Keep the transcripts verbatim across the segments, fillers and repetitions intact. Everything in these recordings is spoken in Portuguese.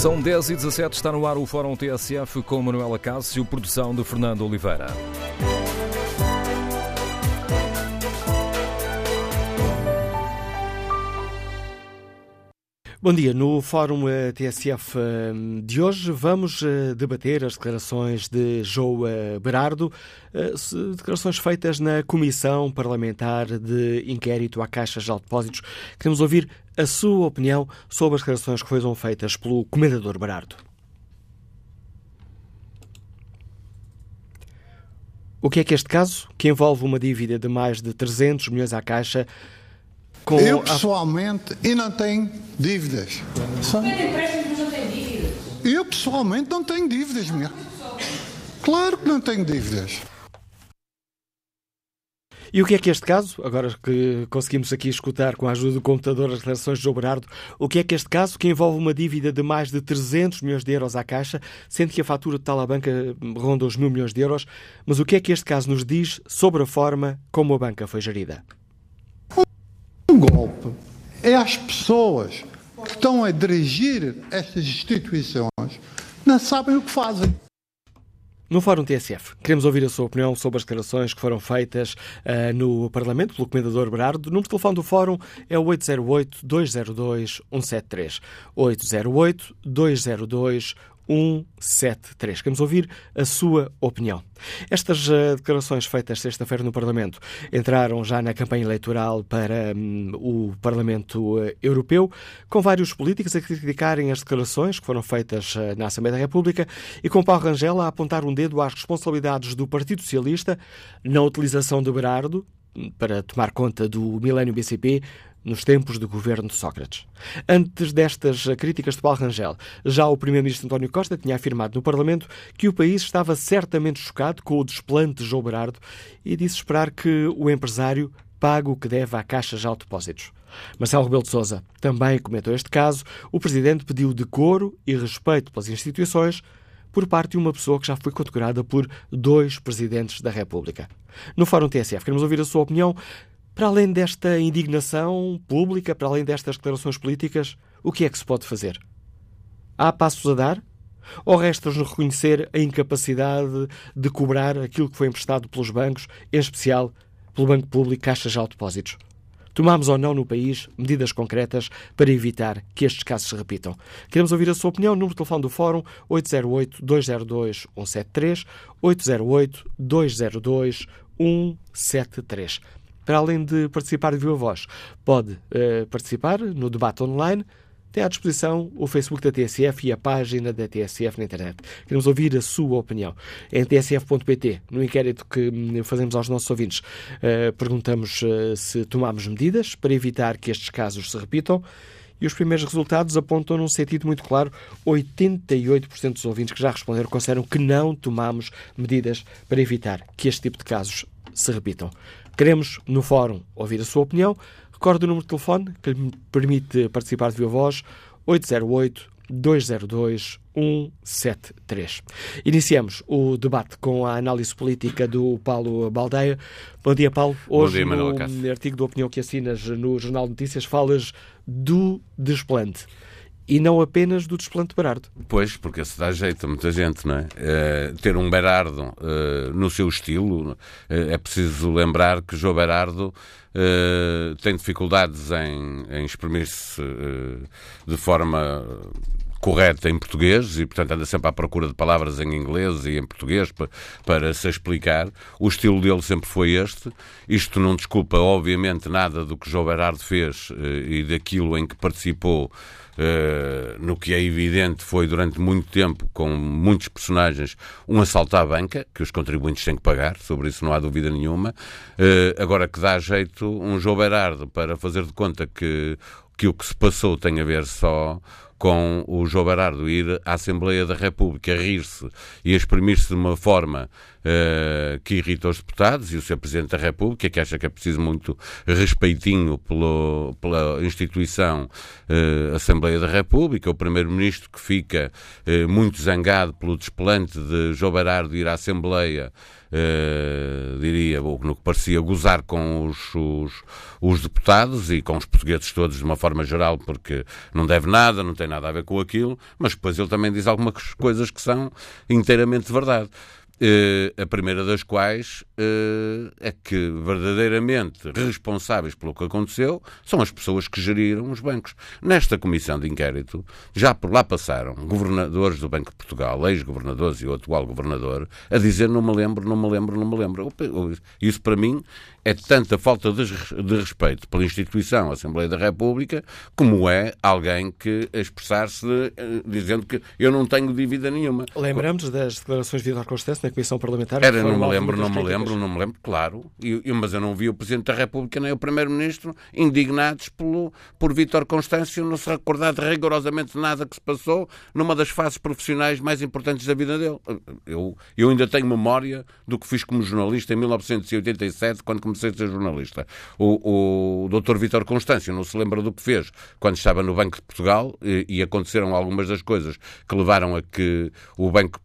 São dez e dezassete, está no ar o Fórum T S F com Manuela Cássio, produção de Fernando Oliveira. Bom dia. No Fórum T S F de hoje vamos debater as declarações de João Berardo, declarações feitas na Comissão Parlamentar de Inquérito à Caixa Geral de Depósitos. Queremos ouvir a sua opinião sobre as declarações que foram feitas pelo Comendador Berardo. O que é que este caso, que envolve uma dívida de mais de trezentos milhões à Caixa, com eu pessoalmente a... e não tenho dívidas. Só... empréstimos não tem dívidas? Eu pessoalmente não tenho dívidas, minha. Claro que não tenho dívidas. E o que é que este caso, agora que conseguimos aqui escutar com a ajuda do computador as declarações de João Berardo, o que é que este caso, que envolve uma dívida de mais de trezentos milhões de euros à Caixa, sendo que a fatura total à banca ronda os mil milhões de euros, mas o que é que este caso nos diz sobre a forma como a banca foi gerida? Um golpe é às pessoas que estão a dirigir estas instituições, não sabem o que fazem. No Fórum T S F, queremos ouvir a sua opinião sobre as declarações que foram feitas uh, no Parlamento pelo Comendador Berardo. O número de telefone do Fórum é o oito zero oito, dois zero dois, um sete três. oito zero oito, dois zero dois, um sete três. Queremos ouvir a sua opinião. Estas uh, declarações feitas sexta-feira no Parlamento entraram já na campanha eleitoral para um, o Parlamento uh, Europeu, com vários políticos a criticarem as declarações que foram feitas uh, na Assembleia da República e com Paulo Rangel a apontar um dedo às responsabilidades do Partido Socialista na utilização de Berardo para tomar conta do Milénio B C P nos tempos do governo de Sócrates. Antes destas críticas de Paulo Rangel, já o primeiro-ministro António Costa tinha afirmado no Parlamento que o país estava certamente chocado com o desplante de João Berardo e disse esperar que o empresário pague o que deve à Caixa Geral de Depósitos. Marcelo Rebelo de Sousa também comentou este caso. O presidente pediu decoro e respeito pelas instituições por parte de uma pessoa que já foi condecorada por dois presidentes da República. No Fórum T S F, queremos ouvir a sua opinião. Para além desta indignação pública, para além destas declarações políticas, o que é que se pode fazer? Há passos a dar? Ou resta-nos reconhecer a incapacidade de cobrar aquilo que foi emprestado pelos bancos, em especial pelo Banco Público Caixa Geral de Depósitos? Tomamos ou não no país medidas concretas para evitar que estes casos se repitam? Queremos ouvir a sua opinião. O número de telefone do Fórum oito zero oito, dois zero dois, um sete três, oito zero oito, dois zero dois, um sete três. Para além de participar de viva voz, pode uh, participar no debate online. Tem à disposição o Facebook da T S F e a página da T S F na internet. Queremos ouvir a sua opinião. Em t s f ponto p t, no inquérito que fazemos aos nossos ouvintes, uh, perguntamos uh, se tomamos medidas para evitar que estes casos se repitam. E os primeiros resultados apontam num sentido muito claro. oitenta e oito por cento dos ouvintes que já responderam consideram que não tomamos medidas para evitar que este tipo de casos se repitam. Queremos, no Fórum, ouvir a sua opinião. Recorde o número de telefone que lhe permite participar de viva voz, oito zero oito, dois zero dois, um sete três. Iniciamos o debate com a análise política do Paulo Baldeia. Bom dia, Paulo. Hoje, Bom dia, no Cássio. artigo de opinião que assinas no Jornal de Notícias, falas do desplante. E não apenas do desplante de Berardo. Pois, porque se dá jeito a muita gente, não é? Uh, ter um Berardo uh, no seu estilo, uh, é preciso lembrar que João Berardo uh, tem dificuldades em, em exprimir-se uh, de forma correta em português e, portanto, anda sempre à procura de palavras em inglês e em português para, para se explicar. O estilo dele sempre foi este. Isto não desculpa, obviamente, nada do que João Berardo fez uh, e daquilo em que participou. Uh, no que é evidente foi durante muito tempo, com muitos personagens, um assalto à banca, que os contribuintes têm que pagar, sobre isso não há dúvida nenhuma. Uh, agora que dá jeito um João Berardo para fazer de conta que, que o que se passou tem a ver só com o João Berardo ir à Assembleia da República, rir-se e exprimir-se de uma forma uh, que irrita os deputados e o senhor Presidente da República, que acha que é preciso muito respeitinho pelo, pela instituição uh, Assembleia da República, o Primeiro-Ministro que fica uh, muito zangado pelo desplante de João Berardo ir à Assembleia, Uh, diria, no que parecia gozar com os, os, os deputados e com os portugueses todos de uma forma geral, porque não deve nada, não tem tem nada a ver com aquilo, mas depois ele também diz algumas coisas que são inteiramente verdade. Uh, a primeira das quais uh, é que verdadeiramente responsáveis pelo que aconteceu são as pessoas que geriram os bancos. Nesta comissão de inquérito já por lá passaram governadores do Banco de Portugal, ex-governadores e o atual governador, a dizer não me lembro, não me lembro, não me lembro. Isso para mim é tanta falta de, de respeito pela instituição, a Assembleia da República, como é alguém que expressar-se uh, dizendo que eu não tenho dívida nenhuma. Lembramos das declarações de Vítor Constâncio na Comissão Parlamentar? Era, não me lembro, não me lembro, não me lembro, claro. E, eu, mas eu não vi o Presidente da República nem o Primeiro-Ministro indignados pelo, por Vítor Constâncio não se recordar de rigorosamente nada que se passou numa das fases profissionais mais importantes da vida dele. Eu, eu ainda tenho memória do que fiz como jornalista em mil novecentos e oitenta e sete, quando comecei a ser jornalista. O, o doutor Vítor Constâncio não se lembra do que fez quando estava no Banco de Portugal e, e aconteceram algumas das coisas que levaram a que o Banco,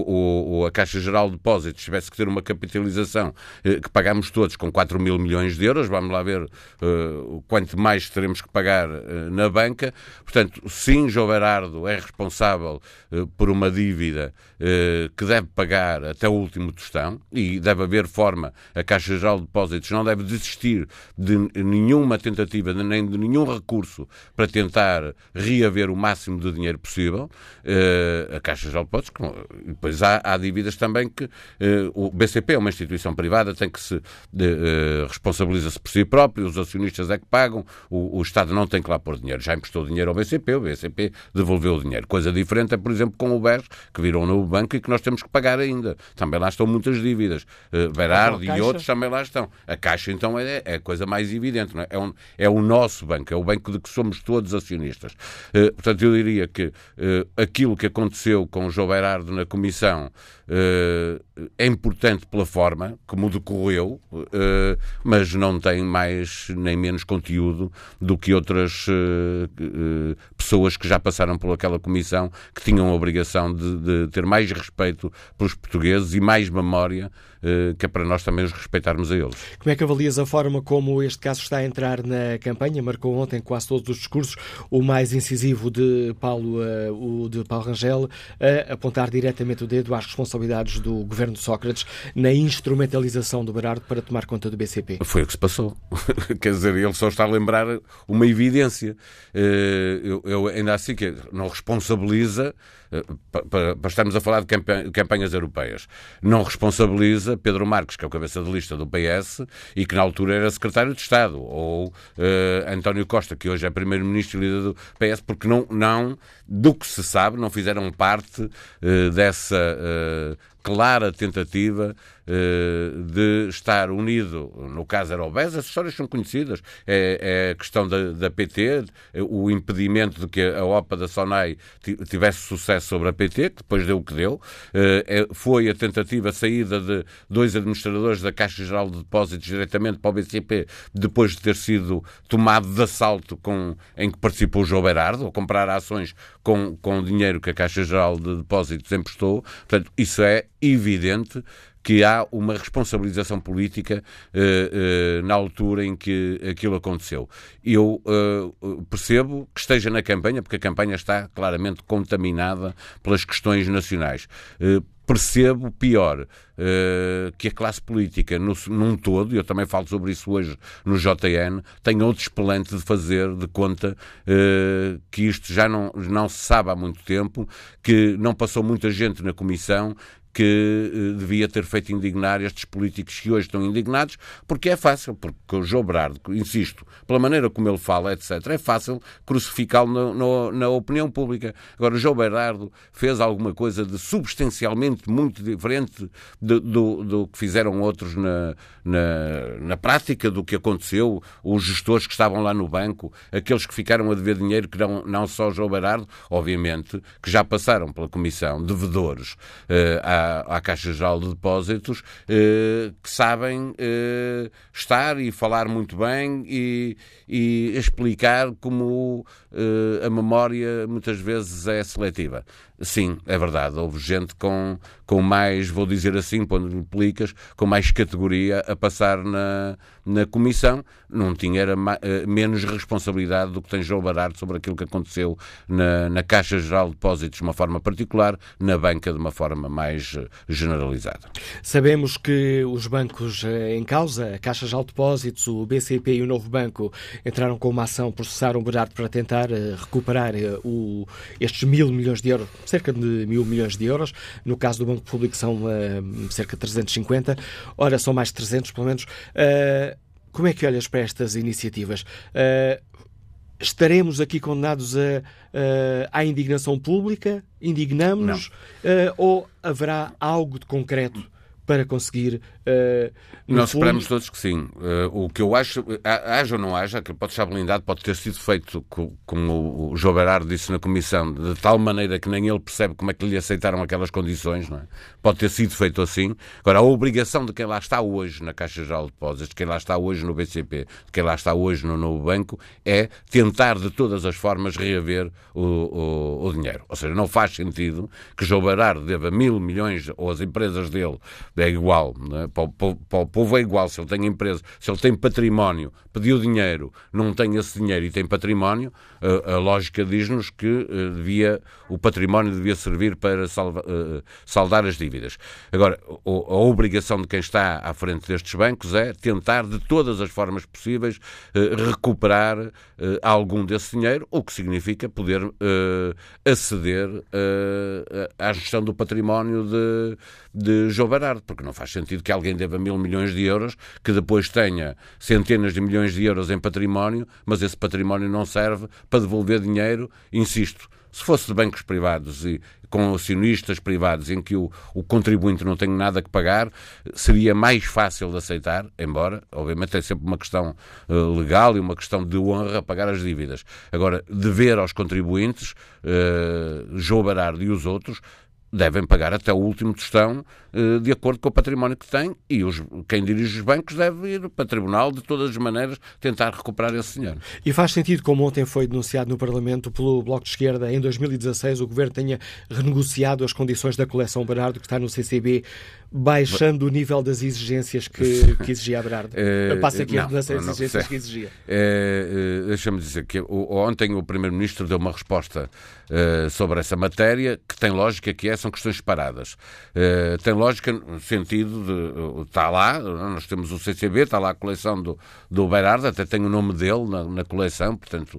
o, o, a Caixa Geral de Depósitos tivesse que ter uma capitalização eh, que pagámos todos com quatro mil milhões de euros. Vamos lá ver uh, quanto mais teremos que pagar uh, na banca. Portanto, sim, João Berardo é responsável uh, por uma dívida uh, que deve pagar até o último tostão e deve haver forma, a Caixa Geral de Depósitos não deve desistir de nenhuma tentativa, de, nem de nenhum recurso para tentar reaver o máximo de dinheiro possível. Uh, a Caixa Geral de Depósitos, depois há, há dívidas também que uh, o B C P é uma instituição privada, tem que se uh, responsabiliza-se por si próprio, os acionistas é que pagam, o, o Estado não tem que lá pôr dinheiro. Já emprestou dinheiro ao B C P, o B C P devolveu o dinheiro. Coisa diferente é, por exemplo, com o B E S, que virou um novo banco e que nós temos que pagar ainda. Também lá estão muitas dívidas. Uh, Berardo e outros também lá estão. A Caixa, então, é, é a coisa mais evidente. Não é? É, um, é o nosso banco, é o banco de que somos todos acionistas. Uh, portanto, eu diria que uh, aquilo que aconteceu com o João Berardo na Comissão uh, é importante pela forma como decorreu, uh, mas não tem mais nem menos conteúdo do que outras uh, uh, pessoas que já passaram por aquela comissão, que tinham a obrigação de, de ter mais respeito pelos portugueses e mais memória, uh, que é para nós também os respeitarmos a eles. Como é que avalias a forma como este caso está a entrar na campanha? Marcou ontem quase todos os discursos, o mais incisivo de Paulo, uh, o de Paulo Rangel, a apontar diretamente o dedo às responsabilidades do governo de Sócrates na instrumentalização do Berardo para tomar conta do B C P. Foi o que se passou. Quer dizer, ele só está a lembrar uma evidência. Eu, eu ainda assim que não responsabiliza, para, para estarmos a falar de campanhas europeias, não responsabiliza Pedro Marques, que é o cabeça de lista do P S e que na altura era secretário de Estado, ou uh, António Costa, que hoje é primeiro-ministro e líder do P S, porque não, não, do que se sabe, não fizeram parte uh, dessa uh, clara tentativa uh, de estar unido. No caso era o B E S, as histórias são conhecidas. É, é a questão da, da P T, o impedimento de que a OPA da SONAI tivesse sucesso sobre a P T, que depois deu o que deu. Uh, é, foi a tentativa, a saída de dois administradores da Caixa Geral de Depósitos diretamente para o B C P, depois de ter sido tomado de assalto com, em que participou o João Berardo, ou comprar ações com, com o dinheiro que a Caixa Geral de Depósitos emprestou. Portanto, isso é evidente que há uma responsabilização política uh, uh, na altura em que aquilo aconteceu. Eu uh, percebo que esteja na campanha, porque a campanha está claramente contaminada pelas questões nacionais. Uh, Percebo, pior, uh, que a classe política, no, num todo, e eu também falo sobre isso hoje no J N, tem outro expelente de fazer de conta uh, que isto já não, não se sabe há muito tempo, que não passou muita gente na Comissão, que uh, devia ter feito indignar estes políticos que hoje estão indignados, porque é fácil, porque o João Berardo, insisto, pela maneira como ele fala, etcétera, é fácil crucificá-lo na, na, na opinião pública. Agora, o João Berardo fez alguma coisa de substancialmente muito diferente de, do, do que fizeram outros na, na, na prática do que aconteceu, os gestores que estavam lá no banco, aqueles que ficaram a dever dinheiro, que não, não só o João Berardo, obviamente, que já passaram pela Comissão, devedores, uh, à à, à Caixa Geral de Depósitos eh, que sabem eh, estar e falar muito bem e, e explicar como eh, a memória muitas vezes é seletiva. Sim, é verdade, houve gente com, com mais, vou dizer assim, quando lhe implicas, com mais categoria a passar na, na comissão, não tinha era ma, menos responsabilidade do que tem João Berardo sobre aquilo que aconteceu na, na Caixa Geral de Depósitos de uma forma particular, na banca de uma forma mais generalizada. Sabemos que os bancos em causa, a Caixa Geral de Depósitos, o B C P e o Novo Banco, entraram com uma ação, processaram o Berardo para tentar recuperar o, estes mil milhões de euros, cerca de mil milhões de euros. No caso do Banco Público são uh, cerca de trezentos e cinquenta. Ora, são mais de trezentos, pelo menos. Uh, como é que olhas para estas iniciativas? Uh, estaremos aqui condenados a, uh, à indignação pública? Indignamos-nos? Uh, ou haverá algo de concreto para conseguir... Uh, Nós fundo... esperamos todos que sim. Uh, o que eu acho, haja ou não haja, que pode estar blindado, pode ter sido feito, como o João Berardo disse na Comissão, de tal maneira que nem ele percebe como é que lhe aceitaram aquelas condições, não é? Pode ter sido feito assim. Agora, a obrigação de quem lá está hoje na Caixa Geral de Depósitos, de quem lá está hoje no B C P, de quem lá está hoje no Novo Banco, é tentar de todas as formas reaver o, o, o dinheiro. Ou seja, não faz sentido que João Berardo deva mil milhões, ou as empresas dele, é igual, não é? Para, o, para o povo é igual, se ele tem empresa, se ele tem património, pediu dinheiro, não tem esse dinheiro e tem património, a, a lógica diz-nos que uh, devia, o património devia servir para salva, uh, saldar as dívidas. Agora, a, a obrigação de quem está à frente destes bancos é tentar de todas as formas possíveis uh, recuperar uh, algum desse dinheiro, o que significa poder uh, aceder uh, à gestão do património de, de João Berardo, porque não faz sentido que alguém deva mil milhões de euros, que depois tenha centenas de milhões de euros em património, mas esse património não serve para devolver dinheiro, insisto, se fosse de bancos privados e com acionistas privados em que o, o contribuinte não tem nada que pagar, seria mais fácil de aceitar, embora, obviamente, é sempre uma questão uh, legal e uma questão de honra pagar as dívidas. Agora, dever aos contribuintes, uh, João Berardo e os outros, devem pagar até o último tostão de acordo com o património que têm e os, quem dirige os bancos deve ir para o tribunal de todas as maneiras tentar recuperar esse dinheiro. E faz sentido, como ontem foi denunciado no Parlamento pelo Bloco de Esquerda, em dois mil e dezasseis o Governo tenha renegociado as condições da coleção Berardo, que está no C C B, baixando o nível das exigências que, que exigia a Berardo? É, Passa aqui não, a mudança das não, exigências não, que exigia. É, é, Deixa-me dizer que o, ontem o Primeiro-Ministro deu uma resposta é, sobre essa matéria que tem lógica, que é, são questões separadas. É, tem lógica no sentido de, está lá, nós temos o C C B, está lá a coleção do, do Berardo, até tem o nome dele na, na coleção, portanto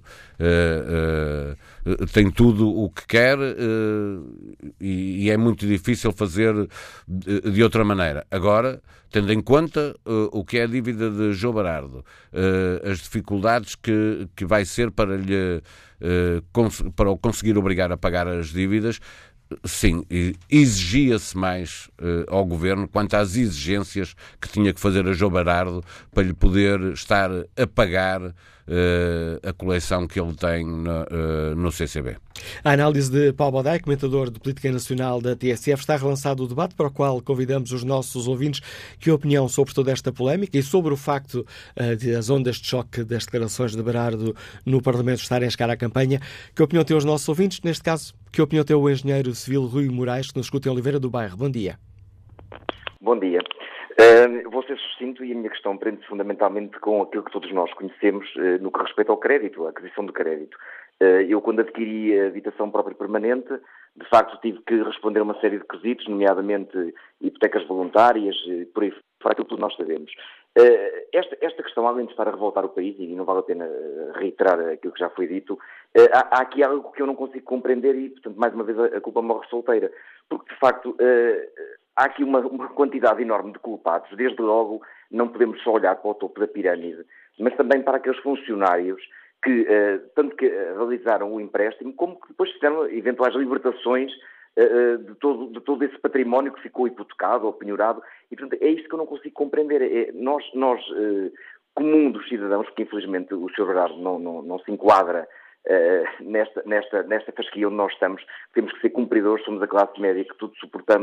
é, é, tem tudo o que quer é, e, e é muito difícil fazer de, de outra maneira. Agora, tendo em conta uh, o que é a dívida de João Berardo, uh, as dificuldades que, que vai ser para, lhe, uh, cons- para o conseguir obrigar a pagar as dívidas, sim, exigia-se mais uh, ao Governo quanto às exigências que tinha que fazer a João Berardo para lhe poder estar a pagar uh, a coleção que ele tem no, uh, no C C B. A análise de Paulo Badai, comentador de Política Nacional da T S F, está relançado o debate para o qual convidamos os nossos ouvintes que opinião sobre toda esta polémica e sobre o facto uh, de as ondas de choque das declarações de Berardo no Parlamento estarem a chegar à campanha. Que opinião tem os nossos ouvintes? Neste caso, que opinião tem o engenheiro civil Rui Moraes, que nos escuta em Oliveira do Bairro? Bom dia. Bom dia. Uh, vou ser sucinto e a minha questão prende-se fundamentalmente com aquilo que todos nós conhecemos uh, no que respeita ao crédito, à aquisição de crédito. Uh, eu, quando adquiri a habitação própria permanente, de facto tive que responder a uma série de quesitos, nomeadamente hipotecas voluntárias, uh, por aí fora, aquilo que nós sabemos. Uh, esta, esta questão, além de estar a revoltar o país, e não vale a pena reiterar aquilo que já foi dito, uh, há, há aqui algo que eu não consigo compreender e, portanto, mais uma vez a, a culpa morre solteira. Porque, de facto, uh, há aqui uma, uma quantidade enorme de culpados. Desde logo, não podemos só olhar para o topo da pirâmide, mas também para aqueles funcionários que, uh, tanto que realizaram o empréstimo, como que depois fizeram eventuais libertações uh, de, todo, de todo esse património que ficou hipotecado ou penhorado. E, portanto, é isto que eu não consigo compreender. É, nós, nós uh, comum dos cidadãos, porque infelizmente o senhor Berardo não, não, não se enquadra uh, nesta, nesta, nesta fasquia onde nós estamos, temos que ser cumpridores, somos a classe média que tudo suportamos,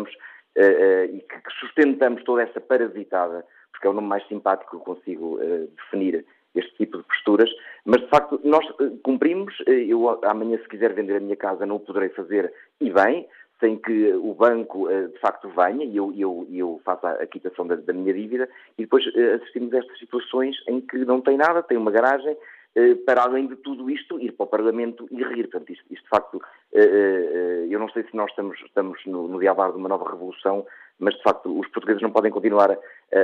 uh, e que, que sustentamos toda essa parasitada, porque é o nome mais simpático que eu consigo uh, definir este tipo de posturas, mas de facto nós uh, cumprimos, uh, eu amanhã se quiser vender a minha casa não o poderei fazer e bem, sem que o banco uh, de facto venha e eu, eu, eu faça a quitação da, da minha dívida e depois uh, assistimos a estas situações em que não tem nada, tem uma garagem, uh, para além de tudo isto, ir para o Parlamento e rir. Portanto, isto, isto de facto, uh, uh, eu não sei se nós estamos, estamos no, no diabar de uma nova revolução, mas de facto os portugueses não podem continuar a, a,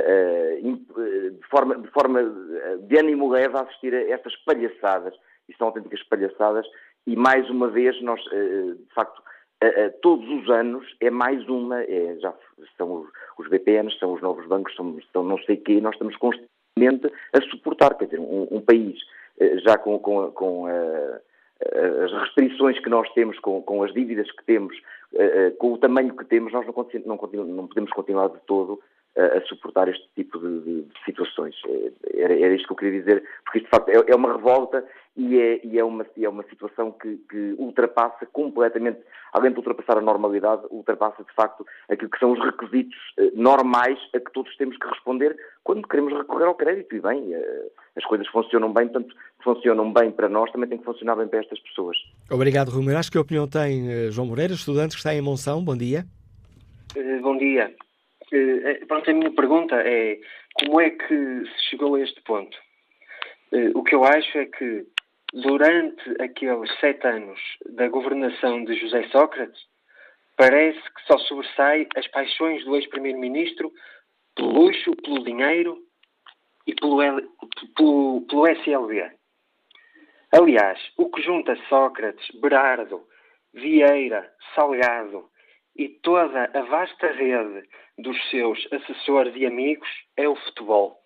a, de, forma, de forma de ânimo leve a assistir a estas palhaçadas, e são autênticas palhaçadas, e mais uma vez nós, de facto, todos os anos é mais uma, é, já são os, os B P Ns, são os novos bancos, são, são não sei o quê, nós estamos constantemente a suportar, quer dizer, um, um país já com, com, com a, as restrições que nós temos, com, com as dívidas que temos, uh, com o tamanho que temos, nós não, não, continu, não podemos continuar de todo uh, a suportar este tipo de, de, de situações. Era, era isto que eu queria dizer, porque isto de facto é, é uma revolta e é, e é, uma, é uma situação que, que ultrapassa completamente, além de ultrapassar a normalidade, ultrapassa de facto aquilo que são os requisitos uh, normais a que todos temos que responder quando queremos recorrer ao crédito. E bem, uh, as coisas funcionam bem, portanto, funcionam bem para nós, também tem que funcionar bem para estas pessoas. Obrigado, Rui. Acho que a opinião tem uh, João Moreira, estudante que está em Monção. Bom dia. Uh, bom dia. Uh, pronto, a minha pergunta é como é que se chegou a este ponto? Uh, o que eu acho é que durante aqueles sete anos da governação de José Sócrates, parece que só sobressai as paixões do ex-primeiro-ministro pelo luxo, pelo dinheiro e pelo, L, pelo, pelo S L B. Aliás, o que junta Sócrates, Berardo, Vieira, Salgado e toda a vasta rede dos seus assessores e amigos é o futebol.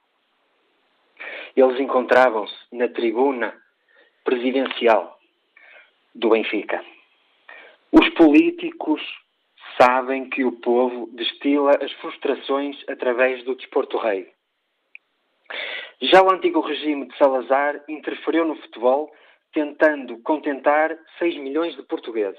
Eles encontravam-se na tribuna presidencial do Benfica. Os políticos sabem que o povo destila as frustrações através do desporto rei. Já o antigo regime de Salazar interferiu no futebol, tentando contentar seis milhões de portugueses.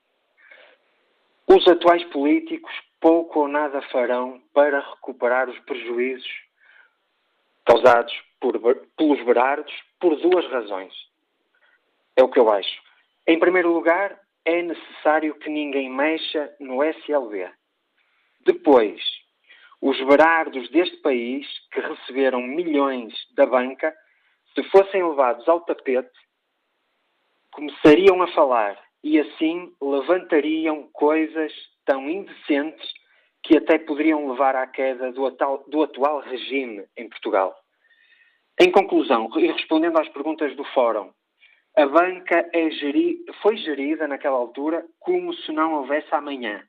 Os atuais políticos pouco ou nada farão para recuperar os prejuízos causados por, pelos Berardos por duas razões. É o que eu acho. Em primeiro lugar, é necessário que ninguém mexa no S L B. Depois, os Berardos deste país, que receberam milhões da banca, se fossem levados ao tapete, começariam a falar e assim levantariam coisas tão indecentes que até poderiam levar à queda do atual, do atual regime em Portugal. Em conclusão, e respondendo às perguntas do Fórum, a banca é geri, foi gerida naquela altura como se não houvesse amanhã.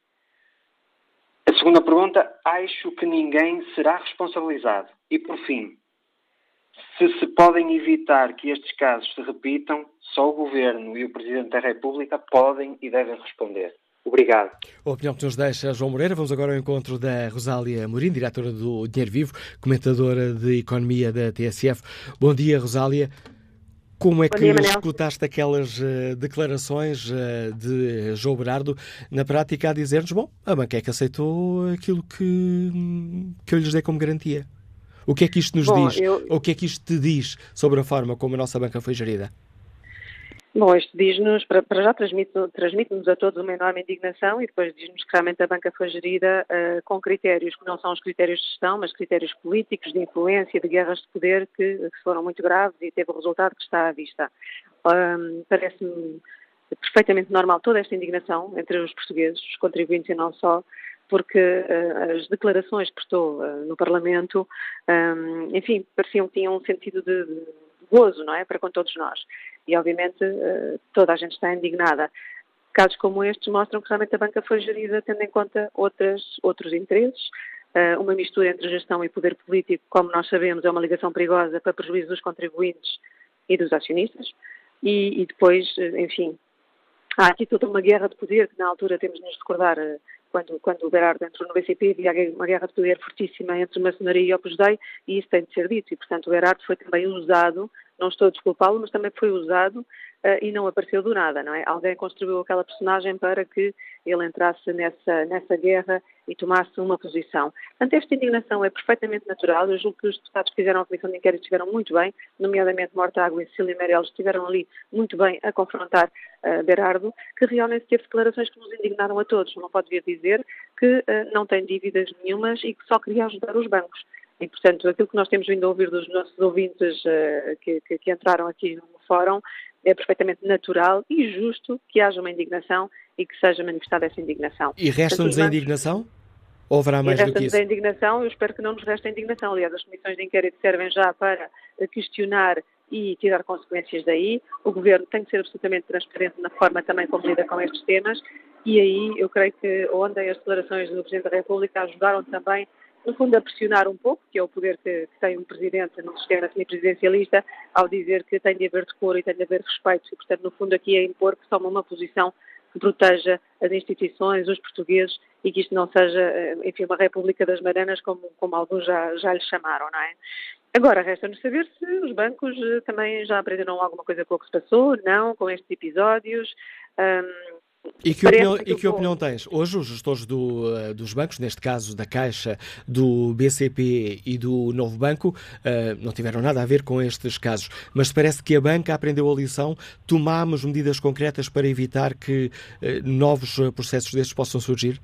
A segunda pergunta, acho que ninguém será responsabilizado. E por fim, se se podem evitar que estes casos se repitam, só o Governo e o Presidente da República podem e devem responder. Obrigado. A opinião que nos deixa João Moreira. Vamos agora ao encontro da Rosália Amorim, diretora do Dinheiro Vivo, comentadora de Economia da T S F. Bom dia, Rosália. Como é que dia, escutaste aquelas uh, declarações uh, de João Berardo, na prática a dizer-nos, bom, a banca é que aceitou aquilo que, que eu lhes dei como garantia. O que é que isto nos bom, diz? Eu... O que é que isto te diz sobre a forma como a nossa banca foi gerida? Bom, isto diz-nos, para, para já transmite-nos transmite a todos uma enorme indignação e depois diz-nos que realmente a banca foi gerida uh, com critérios que não são os critérios de gestão, mas critérios políticos, de influência, de guerras de poder que, que foram muito graves e teve o resultado que está à vista. Um, parece-me perfeitamente normal toda esta indignação entre os portugueses, os contribuintes e não só, porque uh, as declarações que prestou uh, no Parlamento, um, enfim, pareciam que tinham um sentido de, de gozo, não é, para com todos nós. E, obviamente, toda a gente está indignada. Casos como estes mostram que realmente a banca foi gerida tendo em conta outras, outros interesses. Uma mistura entre gestão e poder político, como nós sabemos, é uma ligação perigosa para prejuízo dos contribuintes e dos acionistas. E, e depois, enfim, há aqui toda uma guerra de poder que, na altura, temos de nos recordar, quando, quando o Berardo entrou no B C P, havia uma guerra de poder fortíssima entre maçonaria e Opus Dei, e isso tem de ser dito. E, portanto, o Berardo foi também usado, não estou a desculpá-lo, mas também foi usado uh, e não apareceu do nada, não é? Alguém construiu aquela personagem para que ele entrasse nessa, nessa guerra e tomasse uma posição. Portanto, esta indignação é perfeitamente natural. Eu julgo que os deputados que fizeram a Comissão de Inquérito estiveram muito bem, nomeadamente Mortágua e Cecília Meirelles estiveram ali muito bem a confrontar uh, Berardo, que realmente teve declarações que nos indignaram a todos. Não pode vir dizer que uh, não tem dívidas nenhumas e que só queria ajudar os bancos. E, portanto, aquilo que nós temos vindo a ouvir dos nossos ouvintes uh, que, que, que entraram aqui no fórum é perfeitamente natural e justo que haja uma indignação e que seja manifestada essa indignação. E resta-nos a indignação? Ou haverá mais do que isso? E resta-nos a indignação, eu espero que não nos reste a indignação. Aliás, as comissões de inquérito servem já para questionar e tirar consequências daí. O Governo tem que ser absolutamente transparente na forma também como lida com estes temas e aí eu creio que ontem as declarações do Presidente da República ajudaram também, no fundo, a pressionar um pouco, que é o poder que, que tem um Presidente no sistema semipresidencialista, ao dizer que tem de haver decoro e tem de haver respeito. E, portanto, no fundo, aqui é impor que toma uma posição que proteja as instituições, os portugueses, e que isto não seja, enfim, uma República das Bananas, como, como alguns já, já lhe chamaram, não é? Agora, resta-nos saber se os bancos também já aprenderam alguma coisa com o que se passou, não, com estes episódios. Hum, E que opinião, e que opinião tens? Hoje os gestores do, uh, dos bancos, neste caso da Caixa, do B C P e do Novo Banco, uh, não tiveram nada a ver com estes casos, mas parece que a banca aprendeu a lição, tomámos medidas concretas para evitar que uh, novos processos destes possam surgir?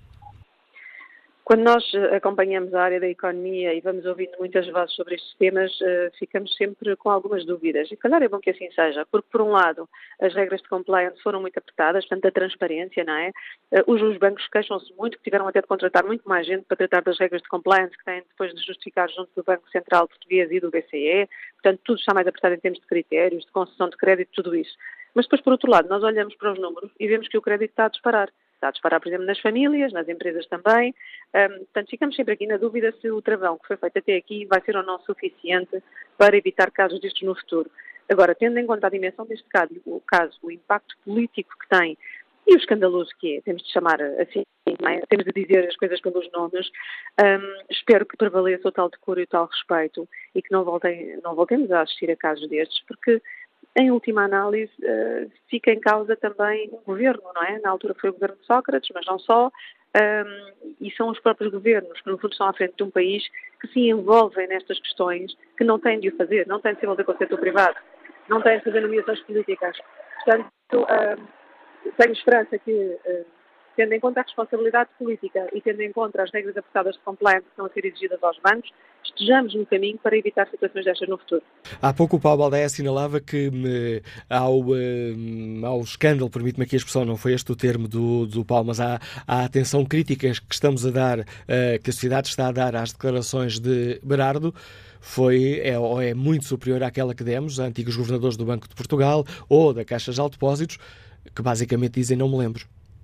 Quando nós acompanhamos a área da economia e vamos ouvindo muitas vozes sobre estes temas, ficamos sempre com algumas dúvidas. E, calhar, é bom que assim seja, porque, por um lado, as regras de compliance foram muito apertadas, portanto, a transparência, não é? Os, os bancos queixam-se muito, que tiveram até de contratar muito mais gente para tratar das regras de compliance que têm depois de justificar junto do Banco Central Português e do B C E. Portanto, tudo está mais apertado em termos de critérios, de concessão de crédito, tudo isso. Mas depois, por outro lado, nós olhamos para os números e vemos que o crédito está a disparar. Está a disparar, por exemplo, nas famílias, nas empresas também. Um, portanto, ficamos sempre aqui na dúvida se o travão que foi feito até aqui vai ser ou não suficiente para evitar casos destes no futuro. Agora, tendo em conta a dimensão deste caso, o, caso, o impacto político que tem e o escandaloso que é, temos de chamar assim, é? Temos de dizer as coisas pelos nomes, um, espero que prevaleça o tal decoro e o tal respeito e que não, voltem, não voltemos a assistir a casos destes, porque em última análise, uh, fica em causa também o governo, não é? Na altura foi o governo de Sócrates, mas não só, um, e são os próprios governos que, no fundo, estão à frente de um país que se envolvem nestas questões, que não têm de o fazer, não têm de se envolver com o setor privado, não têm de fazer nomeações políticas. Portanto, uh, tenho esperança que, uh, tendo em conta a responsabilidade política e tendo em conta as regras apertadas de compliance que estão a ser exigidas aos bancos, estejamos no caminho para evitar situações destas no futuro. Há pouco o Paulo Baldaia assinalava que me, ao, um, ao escândalo, permite-me aqui a expressão, não foi este o termo do, do Paulo, mas à, à atenção crítica que estamos a dar, uh, que a sociedade está a dar às declarações de Berardo, foi, é, ou é muito superior àquela que demos a antigos governadores do Banco de Portugal ou da Caixa de Depósitos, que basicamente dizem não me lembro.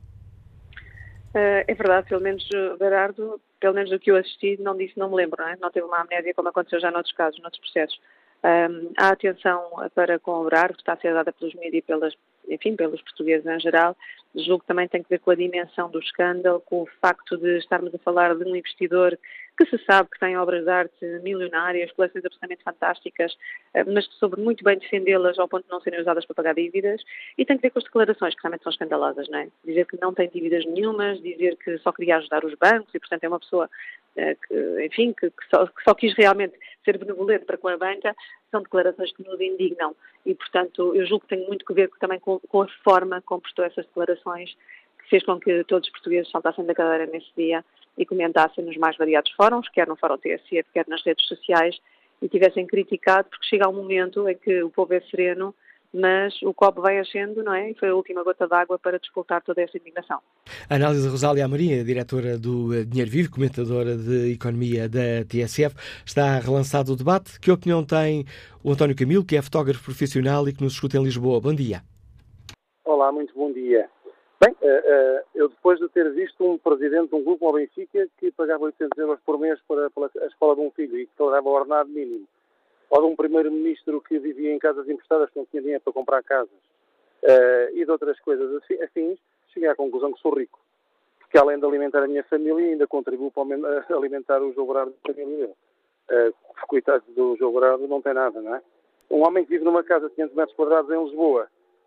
É verdade, pelo menos o Berardo, pelo menos do que eu assisti, não disse não me lembro, não é? Não teve uma amnésia como aconteceu já noutros casos, noutros processos. Um, a atenção para com o Berardo, que está a ser dada pelos mídias e pelas, enfim, pelos portugueses em geral, julgo que também tem que ver com a dimensão do escândalo, com o facto de estarmos a falar de um investidor que se sabe que tem obras de arte milionárias, coleções absolutamente fantásticas, mas que soube muito bem defendê-las ao ponto de não serem usadas para pagar dívidas, e tem que ver com as declarações, que realmente são escandalosas, não é? Dizer que não tem dívidas nenhumas, dizer que só queria ajudar os bancos e, portanto, é uma pessoa que, enfim, que, que, só, que só quis realmente ser benevolente para com a banca, são declarações que nos indignam. E, portanto, eu julgo que tem muito que ver também com, com a forma como prestou essas declarações, que fez com que todos os portugueses saltassem da cadeira nesse dia e comentassem nos mais variados fóruns, quer no Fórum T S F, quer nas redes sociais, e tivessem criticado, porque chega um momento em que o povo é sereno, mas o copo vai enchendo, não é? E foi a última gota d'água para despoltar toda essa indignação. A análise de Rosália Amorim, diretora do Dinheiro Vivo, comentadora de Economia da T S F, está relançado o debate. Que opinião tem o António Camilo, que é fotógrafo profissional e que nos escuta em Lisboa? Bom dia. Olá, muito bom dia. Bem, eu depois de ter visto um presidente de um grupo ao Benfica que pagava oitocentos euros por mês para, para a escola de um filho e que pagava o ordenado mínimo, ou de um primeiro-ministro que vivia em casas emprestadas que não tinha dinheiro para comprar casas, e de outras coisas assim, cheguei à conclusão que sou rico. Porque além de alimentar a minha família, ainda contribuo para alimentar o João Berardo da família dele. Uh, coitado do João Berardo não tem nada, não é? Um homem que vive numa casa de quinhentos metros quadrados em Lisboa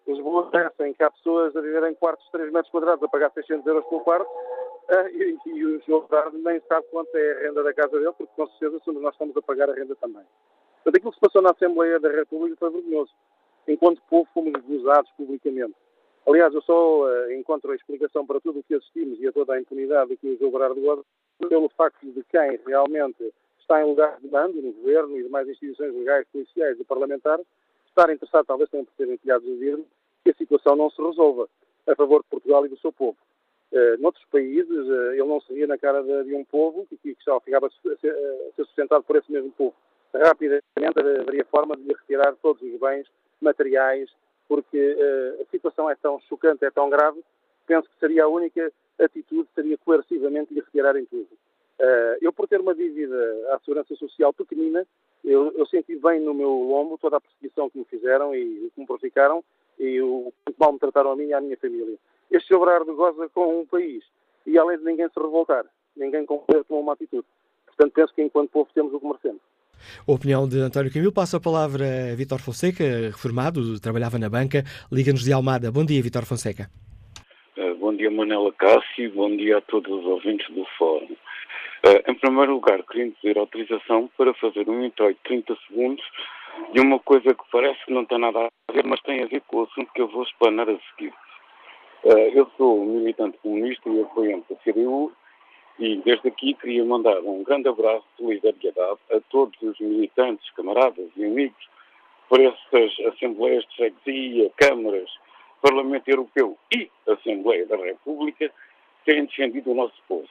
Lisboa, em que há pessoas a viver em quartos de três metros quadrados a pagar seiscentos euros pelo quarto, uh, e, e o João Berardo nem sabe quanto é a renda da casa dele, porque com certeza somos nós estamos a pagar a renda também. Portanto, aquilo que se passou na Assembleia da República foi vergonhoso. Enquanto povo fomos gozados publicamente. Aliás, eu só uh, encontro a explicação para tudo o que assistimos e a toda a impunidade que o João Berardo goza pelo facto de quem realmente está em lugar de mando, no governo e demais instituições legais, policiais e parlamentares, estar interessado talvez também por serem empilhados a dizer que a situação não se resolva a favor de Portugal e do seu povo. Uh, noutros países, uh, ele não se via na cara de, de um povo que, que já ficava a ser, a ser sustentado por esse mesmo povo. Rapidamente haveria forma de lhe retirar todos os bens materiais, porque uh, a situação é tão chocante, é tão grave, penso que seria a única atitude, seria coercivamente lhe retirarem tudo. Uh, eu, por ter uma dívida à Segurança Social pequenina, eu, eu senti bem no meu lombo toda a perseguição que me fizeram e que me praticaram e o que mal me trataram a mim e à minha família. Este João Berardo goza com um país e, além de ninguém se revoltar, ninguém com poder tomou uma atitude. Portanto, penso que enquanto povo temos o que merecemos. A opinião de António Camilo. Passa a palavra a Vítor Fonseca, reformado, trabalhava na banca, liga-nos de Almada. Bom dia, Vítor Fonseca. Uh, bom dia, Manela Cássio, bom dia a todos os ouvintes do Fórum. Uh, em primeiro lugar, queria pedir autorização para fazer um introito de trinta segundos de uma coisa que parece que não tem nada a ver, mas tem a ver com o assunto que eu vou explanar a seguir. Uh, eu sou militante comunista e apoiante da C D U e desde aqui queria mandar um grande abraço de solidariedade a todos os militantes, camaradas e amigos por essas Assembleias de Freguesia, Câmaras, Parlamento Europeu e Assembleia da República que têm defendido o nosso povo.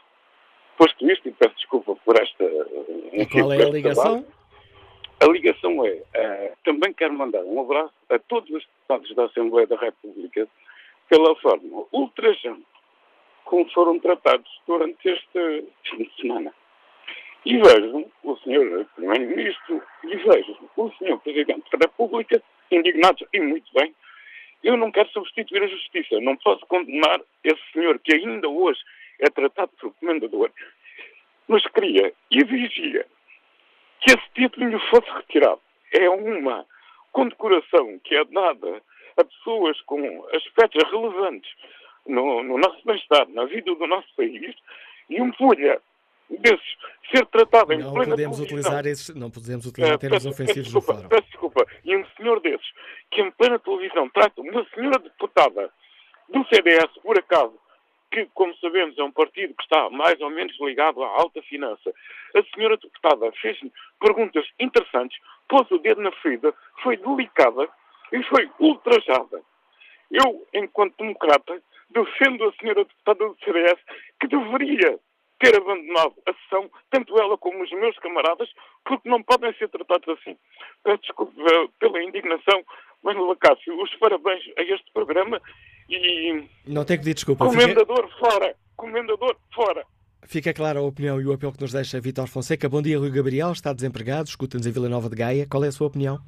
Posto isto, e peço desculpa por esta... E qual é a ligação? A ligação é, uh, também quero mandar um abraço a todos os deputados da Assembleia da República pela forma ultrajante como foram tratados durante este fim de semana. E vejo o senhor Primeiro-Ministro e vejo o senhor Presidente da República indignados, e muito bem. Eu não quero substituir a justiça, não posso condenar esse senhor que ainda hoje é tratado por comendador, mas queria e exigia que esse título lhe fosse retirado. É uma condecoração que é dada a pessoas com aspectos relevantes no, no nosso bem-estar, na vida do nosso país, e um folha desses ser tratado em não plena podemos televisão. utilizar esses, Não podemos utilizar Uh, termos peço, ofensivos peço no desculpa, fórum. peço desculpa. E um senhor desses, que em plena televisão trata uma senhora deputada do C D S, por acaso, que, como sabemos, é um partido que está mais ou menos ligado à alta finança. A senhora deputada fez-lhe perguntas interessantes, pôs o dedo na ferida, foi delicada e foi ultrajada. Eu, enquanto democrata, defendo a senhora deputada do C D S que deveria ter abandonado a sessão, tanto ela como os meus camaradas, porque não podem ser tratados assim. Peço desculpa pela indignação, mas, Lacácio, os parabéns a este programa e... Não tem que pedir desculpa. Comendador fica... fora! Comendador fora! Fica clara a opinião e o apelo que nos deixa Vítor Fonseca. Bom dia, Rui Gabriel, está desempregado, escuta-nos em Vila Nova de Gaia. Qual é a sua opinião?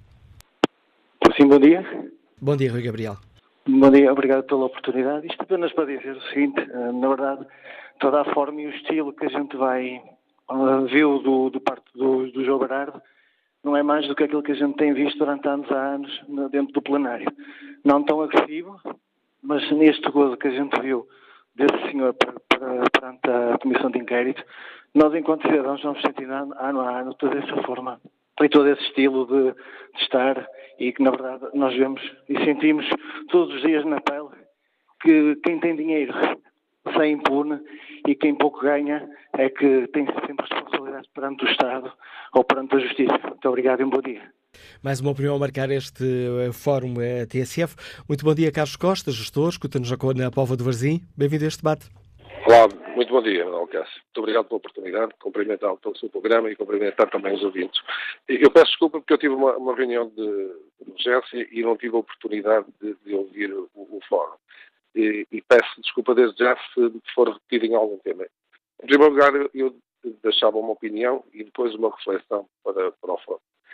Sim, bom dia. Bom dia, Rui Gabriel. Bom dia, obrigado pela oportunidade. Isto apenas para dizer o seguinte, na verdade, toda a forma e o estilo que a gente vai uh, viu do, do parte do, do João Berardo não é mais do que aquilo que a gente tem visto durante anos a anos dentro do plenário. Não tão agressivo, mas neste gozo que a gente viu desse senhor perante a Comissão de Inquérito, nós, enquanto cidadãos, vamos sentindo ano a ano toda essa forma e todo esse estilo de, de estar, e que, na verdade, nós vemos e sentimos todos os dias na pele que quem tem dinheiro sai impune e quem pouco ganha é que tem sempre responsabilidade perante o Estado ou perante a Justiça. Muito obrigado e um bom dia. Mais uma opinião a marcar este uh, Fórum uh, T S F. Muito bom dia, Carlos Costa, gestor, escuta-nos na Póvoa de Varzim. Bem-vindo a este debate. Olá, muito bom dia, Alcácio. Muito obrigado pela oportunidade de cumprimentar o seu programa e cumprimentar também os ouvintes. Eu peço desculpa porque eu tive uma, uma reunião de urgência e não tive a oportunidade de, de ouvir o, o fórum. E, e peço desculpa desde já se for repetido em algum tema. Em primeiro lugar, eu deixava uma opinião e depois uma reflexão para, para o fórum.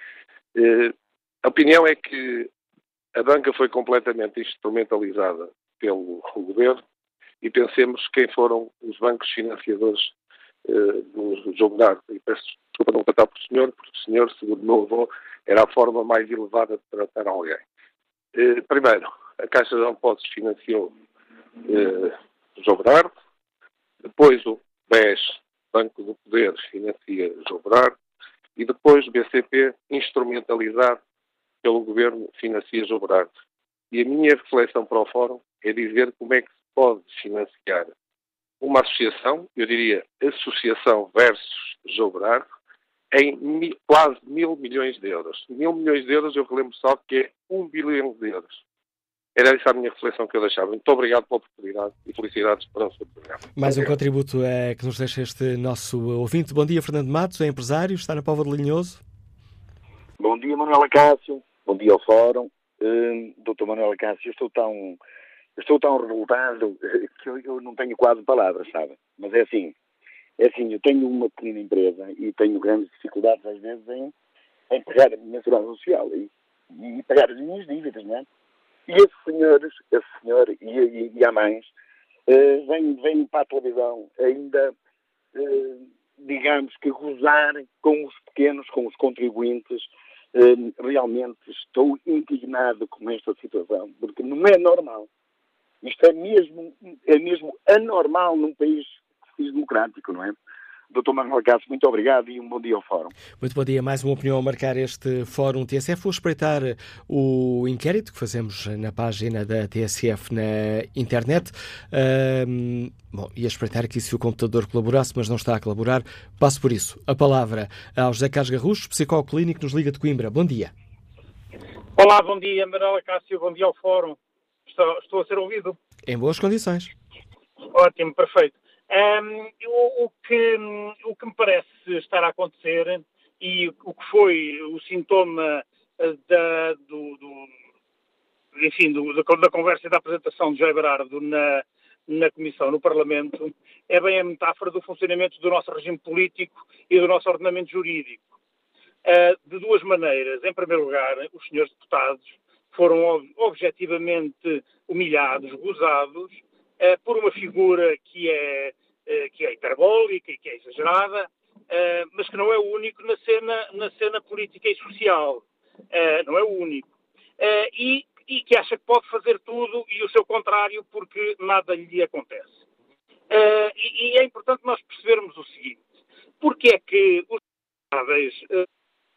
Eh, a opinião é que a banca foi completamente instrumentalizada pelo governo e pensemos quem foram os bancos financiadores eh, do João Berardo. E peço desculpa não tratar por senhor, porque o senhor, segundo o meu avô, era a forma mais elevada de tratar alguém. Eh, primeiro, a Caixa de Depósitos financiou eh, João Berardo, depois o B E S, Banco do Poder, financia João Berardo, e depois o B C P, instrumentalizado pelo Governo, financia João Berardo. E a minha reflexão para o Fórum é dizer como é que se pode financiar uma associação, eu diria associação versus João Berardo, em mi, quase mil milhões de euros. Mil milhões de euros, eu relembro só que é um bilhão de euros. Era essa a minha reflexão que eu deixava. Muito obrigado pela oportunidade e felicidades para o seu programa. Mais um contributo é, que nos deixa este nosso ouvinte. Bom dia, Fernando Matos, é empresário, está na Póvoa de Linhoso. Bom dia, Manuela Cássio. Bom dia ao Fórum. Uh, doutor Manuela Cássio, eu estou tão, eu estou tão revoltado que eu, eu não tenho quase palavras, sabe? Mas é assim, é assim, eu tenho uma pequena empresa e tenho grandes dificuldades às vezes em, em pagar a minha segurança social e, e pagar as minhas dívidas, não é? E esses senhores, esse senhor e, e, e a mães, uh, vêm, vêm para a televisão ainda, uh, digamos que gozar com os pequenos, com os contribuintes. Uh, realmente estou indignado com esta situação, porque não é normal. Isto é mesmo, é mesmo anormal num país democrático, não é? doutor Manuel Cássio, muito obrigado e um bom dia ao Fórum. Muito bom dia. Mais uma opinião a marcar este Fórum T S F. Vou espreitar o inquérito que fazemos na página da T S F na internet. Um, bom, ia espreitar aqui se o computador colaborasse, mas não está a colaborar. Passo por isso. A palavra ao José Carlos Garrucho, psicólogo clínico, nos Liga de Coimbra. Bom dia. Olá, bom dia, Manuel Cássio. Bom dia ao Fórum. Estou, estou a ser ouvido? Em boas condições. Ótimo, perfeito. Um, o, o, que, o que me parece estar a acontecer e o que foi o sintoma da, do, do, enfim, do, da, da conversa e da apresentação de José Berardo na, na Comissão, no Parlamento, é bem a metáfora do funcionamento do nosso regime político e do nosso ordenamento jurídico. Uh, de duas maneiras. Em primeiro lugar, os senhores deputados foram ob- objetivamente humilhados, gozados, Uh, por uma figura que é, uh, que é hiperbólica e que é exagerada, uh, mas que não é o único na cena, na cena política e social. Uh, não é o único. Uh, e, e que acha que pode fazer tudo e o seu contrário porque nada lhe acontece. Uh, e, e é importante nós percebermos o seguinte. Porque é que os responsáveis... Uh...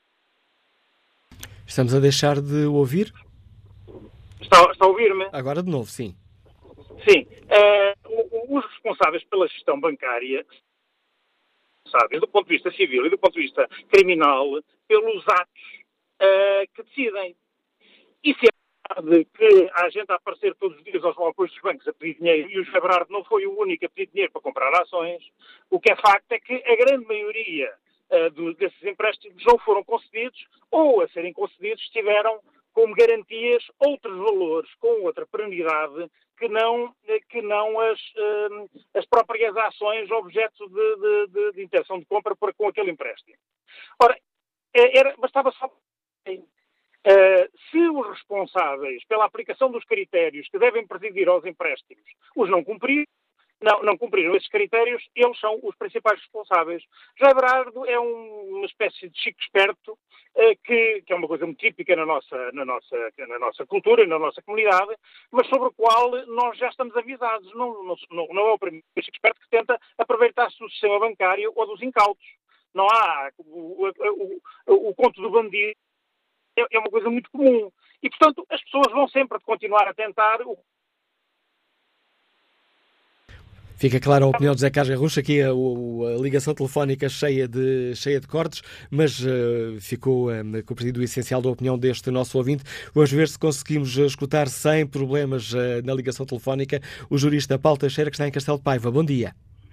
Estamos a deixar de ouvir? Está, está a ouvir-me? Agora de novo, sim. Sim, uh, os responsáveis pela gestão bancária, sabe, do ponto de vista civil e do ponto de vista criminal, pelos atos uh, que decidem. E se é verdade que há gente a aparecer todos os dias aos balcões dos bancos a pedir dinheiro, e o José Berardo não foi o único a pedir dinheiro para comprar ações, o que é facto é que a grande maioria uh, do, desses empréstimos ou foram concedidos, ou a serem concedidos tiveram como garantias outros valores, com outra perenidade, que não, que não as, as próprias ações objeto de, de, de, de intenção de compra para, com aquele empréstimo. Ora, era, bastava só... Uh, se os responsáveis pela aplicação dos critérios que devem presidir aos empréstimos os não cumpriram, Não, não cumpriram esses critérios, eles são os principais responsáveis. José Berardo é um, uma espécie de chico esperto, eh, que, que é uma coisa muito típica na nossa, na, nossa, na nossa cultura e na nossa comunidade, mas sobre o qual nós já estamos avisados. Não, não, não é o primeiro chico esperto que tenta aproveitar-se do sistema bancário ou dos incautos. Não há... O, o, o, o conto do bandido é, é uma coisa muito comum. E, portanto, as pessoas vão sempre continuar a tentar... O, Fica clara a opinião de José Carlos Garrucho, aqui a, a, a ligação telefónica cheia de, cheia de cortes, mas uh, ficou um, compreendido o essencial da opinião deste nosso ouvinte. Vamos ver se conseguimos escutar sem problemas uh, na ligação telefónica o jurista Paulo Teixeira, que está em Castelo de Paiva. Bom dia.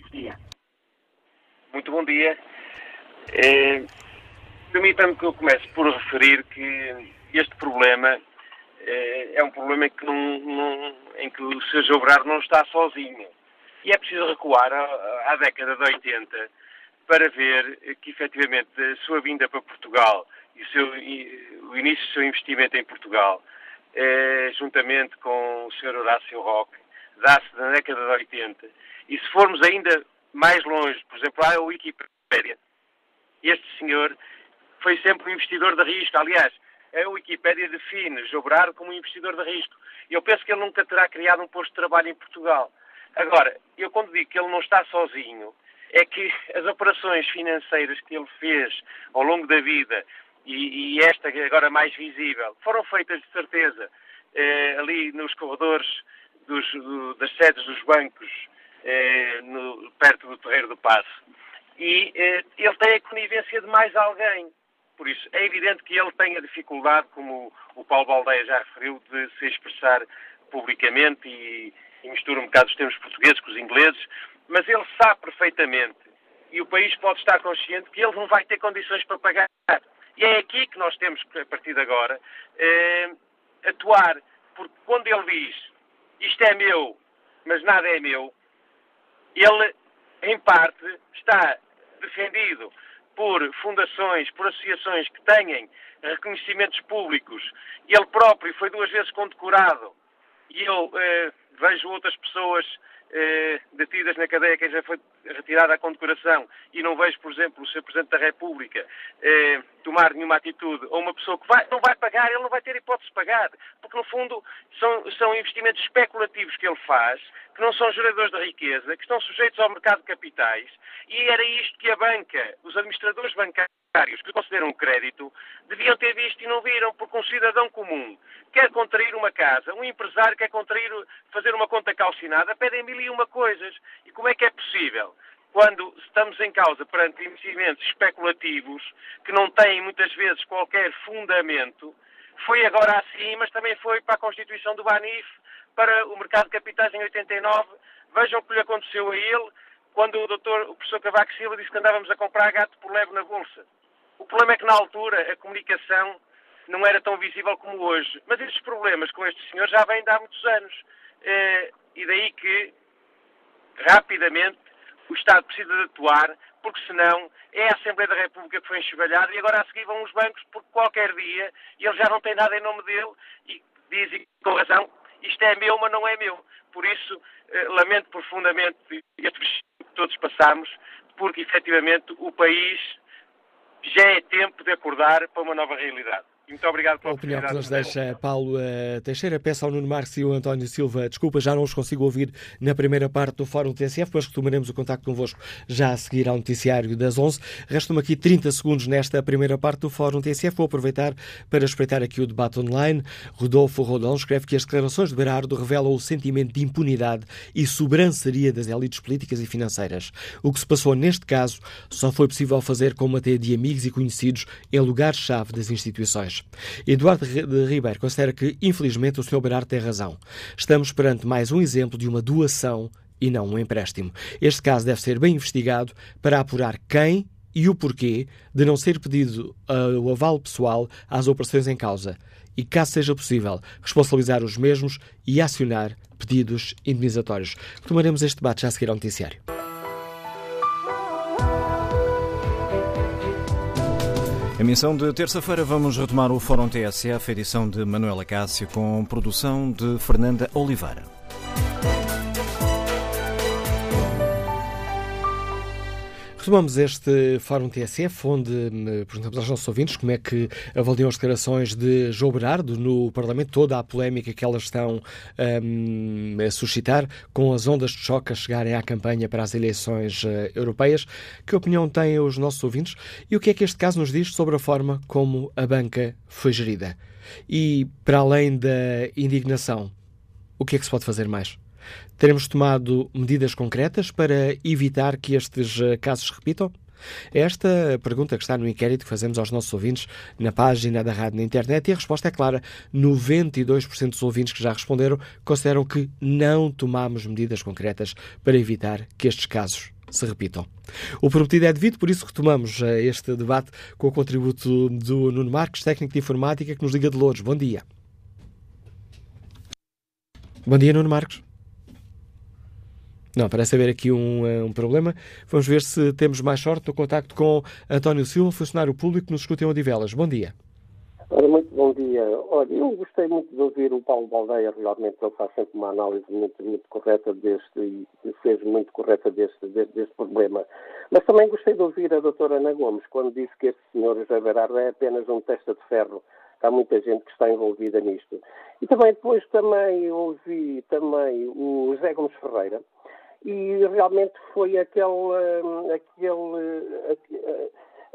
Muito bom dia. É, permita-me que eu comece por referir que este problema é, é um problema que não, não, em que o senhor João Berardo não está sozinho. E é preciso recuar à, à década de oitenta para ver que, efetivamente, a sua vinda para Portugal e o, seu, e, o início do seu investimento em Portugal, eh, juntamente com o senhor Horácio Roque, dá-se na década de oitenta. E se formos ainda mais longe, por exemplo, há a Wikipédia. Este senhor foi sempre um investidor de risco. Aliás, a Wikipédia define João Berardo como um investidor de risco. Eu penso que ele nunca terá criado um posto de trabalho em Portugal. Agora, eu quando digo que ele não está sozinho, é que as operações financeiras que ele fez ao longo da vida, e, e esta agora mais visível, foram feitas de certeza eh, ali nos corredores dos, do, das sedes dos bancos, eh, no, perto do Terreiro do Paço. E eh, ele tem a conivência de mais alguém. Por isso, é evidente que ele tem a dificuldade, como o Paulo Baldeia já referiu, de se expressar publicamente e, e mistura um bocado os termos portugueses com os ingleses, mas ele sabe perfeitamente, e o país pode estar consciente, que ele não vai ter condições para pagar. E é aqui que nós temos que, a partir de agora, eh, atuar, porque quando ele diz isto é meu, mas nada é meu, ele, em parte, está defendido por fundações, por associações que tenham reconhecimentos públicos. Ele próprio foi duas vezes condecorado e eu eh, vejo outras pessoas eh, detidas na cadeia que já foi retirada a condecoração e não vejo, por exemplo, o senhor Presidente da República eh, tomar nenhuma atitude, ou uma pessoa que vai, não vai pagar, ele não vai ter hipótese de pagar, porque no fundo são, são investimentos especulativos que ele faz, que não são geradores de riqueza, que estão sujeitos ao mercado de capitais, e era isto que a banca, os administradores bancários que consideram crédito, deviam ter visto e não viram, porque um cidadão comum quer contrair uma casa, um empresário quer contrair, fazer uma conta calcinada, pedem mil e uma coisas. E como é que é possível? Quando estamos em causa perante investimentos especulativos, que não têm muitas vezes qualquer fundamento, foi agora assim, mas também foi para a Constituição do Banif, para o mercado de capitais em oitenta e nove. Vejam o que lhe aconteceu a ele, quando o, doutor, o professor Cavaco Silva disse que andávamos a comprar gato por leve na bolsa. O problema é que na altura a comunicação não era tão visível como hoje. Mas estes problemas com estes senhores já vêm de há muitos anos. E daí que, rapidamente, o Estado precisa de atuar, porque senão é a Assembleia da República que foi enxovalhada e agora a seguir vão os bancos, porque qualquer dia ele já não tem nada em nome dele e dizem com razão, isto é meu, mas não é meu. Por isso, eh, lamento profundamente este que todos passamos, porque efetivamente o país já é tempo de acordar para uma nova realidade. Muito obrigado pela a opinião que nos oportunidade. deixa Paulo uh, Teixeira. Peço ao Nuno Marques e ao António Silva desculpa, já não os consigo ouvir na primeira parte do Fórum T S F, depois retomaremos o contacto convosco já a seguir ao noticiário das onze. Restam-me aqui trinta segundos nesta primeira parte do Fórum T S F. Vou aproveitar para espreitar aqui o debate online. Rodolfo Rodão escreve que as declarações de Berardo revelam o sentimento de impunidade e sobranceria das elites políticas e financeiras. O que se passou neste caso só foi possível fazer com uma teia de amigos e conhecidos em lugares-chave das instituições. Eduardo de Ribeiro considera que, infelizmente, o senhor Berardo tem razão. Estamos perante mais um exemplo de uma doação e não um empréstimo. Este caso deve ser bem investigado para apurar quem e o porquê de não ser pedido uh, o aval pessoal às operações em causa e, caso seja possível, responsabilizar os mesmos e acionar pedidos indemnizatórios. Tomaremos este debate já a seguir ao noticiário. Emissão de terça-feira, vamos retomar o Fórum T S F, edição de Manuela Cássio, com produção de Fernanda Oliveira. Retomamos este Fórum T S F, onde perguntamos aos nossos ouvintes como é que avaliam as declarações de João Berardo no Parlamento, toda a polémica que elas estão um, a suscitar, com as ondas de choque a chegarem à campanha para as eleições uh, europeias. Que opinião têm os nossos ouvintes e o que é que este caso nos diz sobre a forma como a banca foi gerida? E, para além da indignação, o que é que se pode fazer mais? Teremos tomado medidas concretas para evitar que estes casos se repitam? Esta a pergunta que está no inquérito que fazemos aos nossos ouvintes na página da rádio na internet, e a resposta é clara. noventa e dois por cento dos ouvintes que já responderam consideram que não tomamos medidas concretas para evitar que estes casos se repitam. O prometido é devido, por isso retomamos este debate com o contributo do Nuno Marques, técnico de informática, que nos liga de Lourdes. Bom dia. Bom dia, Nuno Marques. Não, parece haver aqui um, um problema. Vamos ver se temos mais sorte no contacto com António Silva, funcionário público que nos escuta em Odivelas. Bom dia. Ora, muito bom dia. Olha, eu gostei muito de ouvir o Paulo Baldeia, realmente ele faz sempre uma análise muito, muito correta deste, e fez muito correta deste, deste, deste problema. Mas também gostei de ouvir a doutora Ana Gomes, quando disse que este senhor José Berardo é apenas um testa de ferro há muita gente que está envolvida nisto. E também depois também ouvi também o José Gomes Ferreira, e realmente foi aquele, aquele,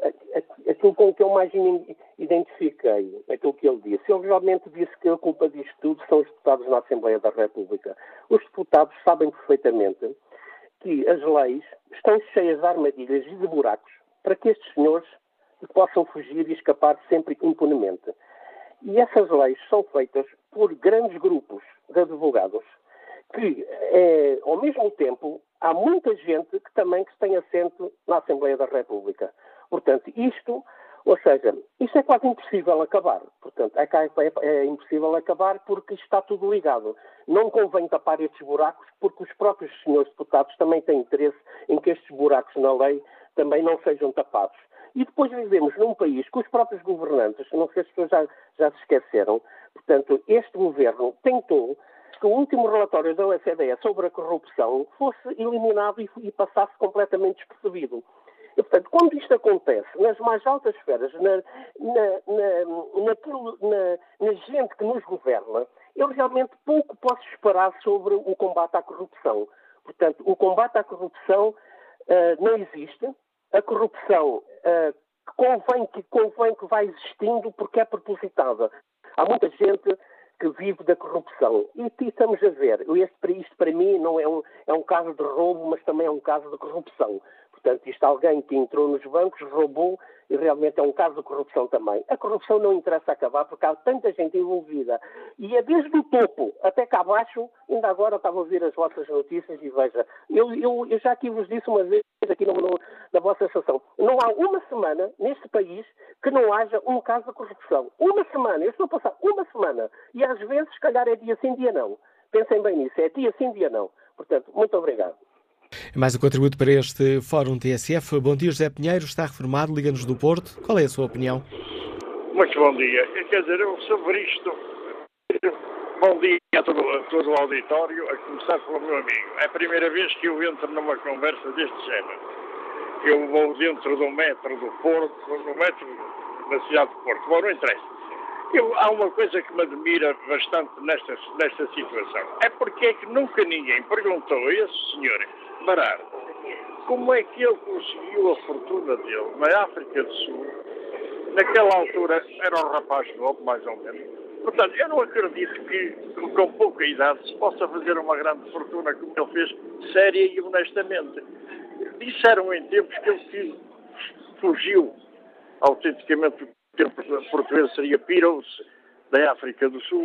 aquilo com que eu mais identifiquei, aquilo que ele disse. Ele realmente disse que a culpa disto tudo são os deputados na Assembleia da República. Os deputados sabem perfeitamente que as leis estão cheias de armadilhas e de buracos para que estes senhores possam fugir e escapar sempre impunemente. E essas leis são feitas por grandes grupos de advogados que, é, ao mesmo tempo, há muita gente que também que tem assento na Assembleia da República. Portanto, isto, ou seja, isto é quase impossível acabar. Portanto, é, é, é impossível acabar porque isto está tudo ligado. Não convém tapar estes buracos porque os próprios senhores deputados também têm interesse em que estes buracos na lei também não sejam tapados. E depois vivemos num país que os próprios governantes, não sei se as pessoas já, já se esqueceram, portanto, este governo tentou que o último relatório da O E C D sobre a corrupção fosse eliminado e, e passasse completamente despercebido. E, portanto, quando isto acontece nas mais altas esferas, na, na, na, naquilo, na, na gente que nos governa, eu realmente pouco posso esperar sobre o combate à corrupção. Portanto, o combate à corrupção uh, não existe. A corrupção uh, convém, que, convém que vai existindo porque é propositada. Há muita gente que vive da corrupção. E aqui estamos a ver, este, isto para mim não é um, é um caso de roubo, mas também é um caso de corrupção. Portanto, isto é alguém que entrou nos bancos, roubou, e realmente é um caso de corrupção também. A corrupção não interessa acabar porque há tanta gente envolvida. E é desde o topo até cá abaixo. Ainda agora estava a ouvir as vossas notícias e veja, eu, eu, eu já aqui vos disse uma vez aqui no, no, na vossa estação, não há uma semana neste país que não haja um caso de corrupção. Uma semana, eu estou a passar uma semana. E às vezes, se calhar, é dia sim, dia não. Pensem bem nisso, é dia sim, dia não. Portanto, muito obrigado. Mais um contributo para este Fórum T S F. Bom dia, José Pinheiro, está reformado, liga-nos do Porto. Qual é a sua opinião? Muito bom dia. Quer dizer, eu sobre isto, bom dia a todo, a todo o auditório, a começar pelo meu amigo. É a primeira vez que eu entro numa conversa deste género. Eu vou dentro do metro do Porto, no metro da cidade de Porto. Bom, não interessa. Eu, há uma coisa que me admira bastante nesta, nesta situação. É porque é que nunca ninguém perguntou a esse senhor Berardo como é que ele conseguiu a fortuna dele na África do Sul. Naquela altura era um rapaz novo, mais ou menos. Portanto, eu não acredito que com pouca idade se possa fazer uma grande fortuna como ele fez, séria e honestamente. Disseram em tempos que ele fugiu autenticamente. O termo português seria pirou-se da África do Sul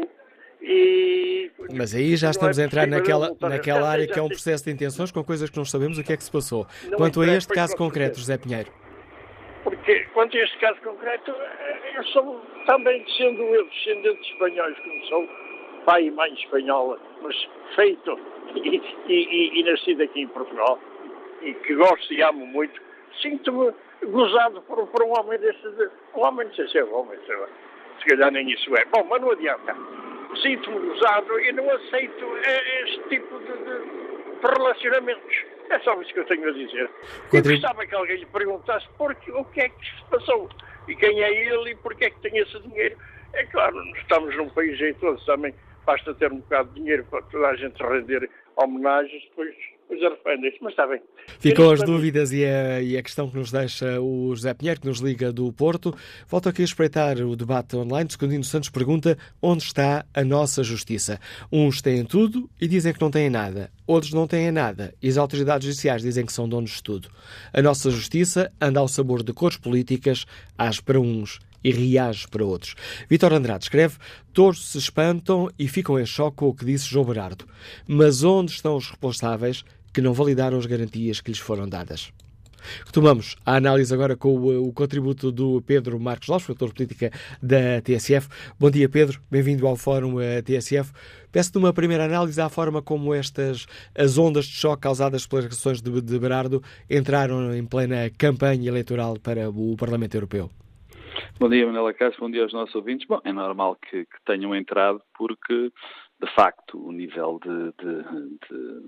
e... Mas aí já estamos é a entrar naquela, naquela área que é um processo de intenções com coisas que não sabemos o que é que se passou. Não Quanto a este caso concreto, José Pinheiro. Porque, quanto a este caso concreto, eu sou também, sendo eu descendente de espanhóis, como sou, pai e mãe espanhola, mas feito e, e, e, e nascido aqui em Portugal, e que gosto e amo muito, sinto-me gozado por, por um homem desses, um homem, não sei se é um homem, sei lá, se calhar nem isso é. Bom, mas não adianta. Sinto-me gozado e não aceito este tipo de, de, de relacionamentos. É só isso que eu tenho a dizer. Eu gostava que alguém lhe perguntasse porque, o que é que se passou e quem é ele e porque é que tem esse dinheiro. É claro, estamos num país jeitoso também, basta ter um bocado de dinheiro para toda a gente render homenagens, depois, depois arrependem-se, mas está bem. Ficam as dúvidas e a, e a questão que nos deixa o José Pinheiro, que nos liga do Porto. Volto aqui a espreitar o debate online. Secundino Santos pergunta onde está a nossa justiça. Uns têm tudo e dizem que não têm nada. Outros não têm nada e as autoridades judiciais dizem que são donos de tudo. A nossa justiça anda ao sabor de cores políticas, age para uns e reage para outros. Vítor Andrade escreve: todos se espantam e ficam em choque com o que disse João Berardo. Mas onde estão os responsáveis que não validaram as garantias que lhes foram dadas? Retomamos a análise agora com o, o contributo do Pedro Marcos Lopes, doutor de Política da T S F. Bom dia, Pedro. Bem-vindo ao Fórum T S F. Peço-te uma primeira análise à forma como estas as ondas de choque causadas pelas declarações de, de Berardo entraram em plena campanha eleitoral para o Parlamento Europeu. Bom dia, Manela Cássio, bom dia aos nossos ouvintes. Bom, é normal que, que tenham entrado porque, de facto, o nível de, de, de,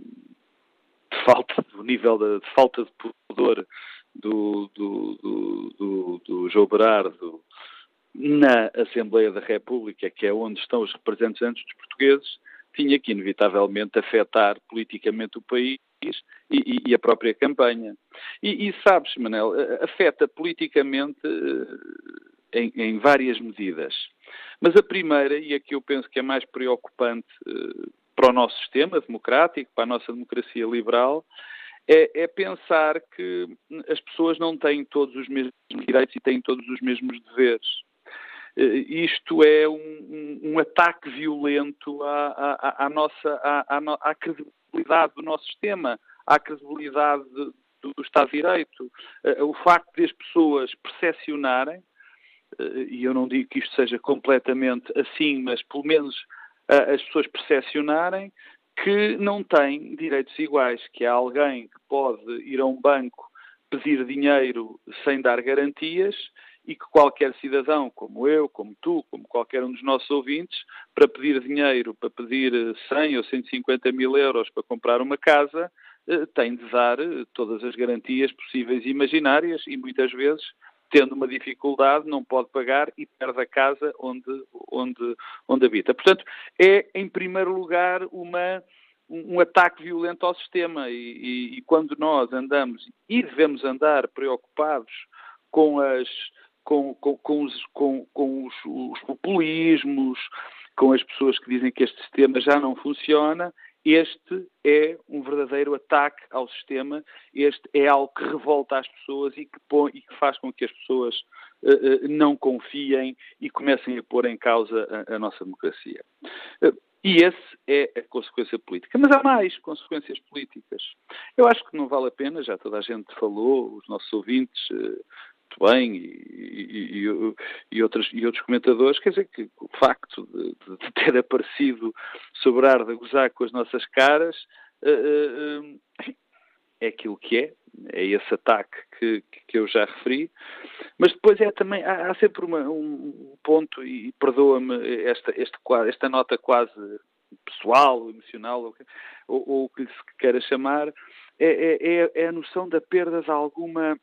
de falta, o nível de, de falta de pudor do, do, do, do, do João Berardo, na Assembleia da República, que é onde estão os representantes dos portugueses, tinha que inevitavelmente afetar politicamente o país e, e, e a própria campanha. E, e sabes, Manel, afeta politicamente em, em várias medidas. Mas a primeira, e a que eu penso que é mais preocupante para o nosso sistema democrático, para a nossa democracia liberal, é, é pensar que as pessoas não têm todos os mesmos direitos e têm todos os mesmos deveres. Isto é um, um, um ataque violento à, à, à, nossa, à, à, à credibilidade do nosso sistema, à credibilidade de, do, do Estado de Direito. O facto de as pessoas percepcionarem, e eu não digo que isto seja completamente assim, mas pelo menos as pessoas percepcionarem que não têm direitos iguais, que há alguém que pode ir a um banco pedir dinheiro sem dar garantias e que qualquer cidadão, como eu, como tu, como qualquer um dos nossos ouvintes, para pedir dinheiro, para pedir cem ou cento e cinquenta mil euros para comprar uma casa, tem de dar todas as garantias possíveis e imaginárias e muitas vezes, tendo uma dificuldade, não pode pagar e perde a casa onde, onde, onde habita. Portanto, é, em primeiro lugar, uma, um ataque violento ao sistema e, e, e quando nós andamos, e devemos andar preocupados com as... com, com, com, os, com, com os, os populismos, com as pessoas que dizem que este sistema já não funciona, este é um verdadeiro ataque ao sistema, este é algo que revolta as pessoas e que, põe, e que faz com que as pessoas uh, uh, não confiem e comecem a pôr em causa a, a nossa democracia. Uh, e essa é a consequência política. Mas há mais consequências políticas. Eu acho que não vale a pena, já toda a gente falou, os nossos ouvintes... Uh, bem, e, e, e, e, outros, e outros comentadores, quer dizer que o facto de, de ter aparecido Sobrardo a gozar com as nossas caras uh, uh, é aquilo que é, é esse ataque que, que eu já referi, mas depois é também, há, há sempre uma, um ponto, e perdoa-me esta, este, esta nota quase pessoal, emocional, ou, ou, ou o que se queira chamar, é, é, é a noção da perda de alguma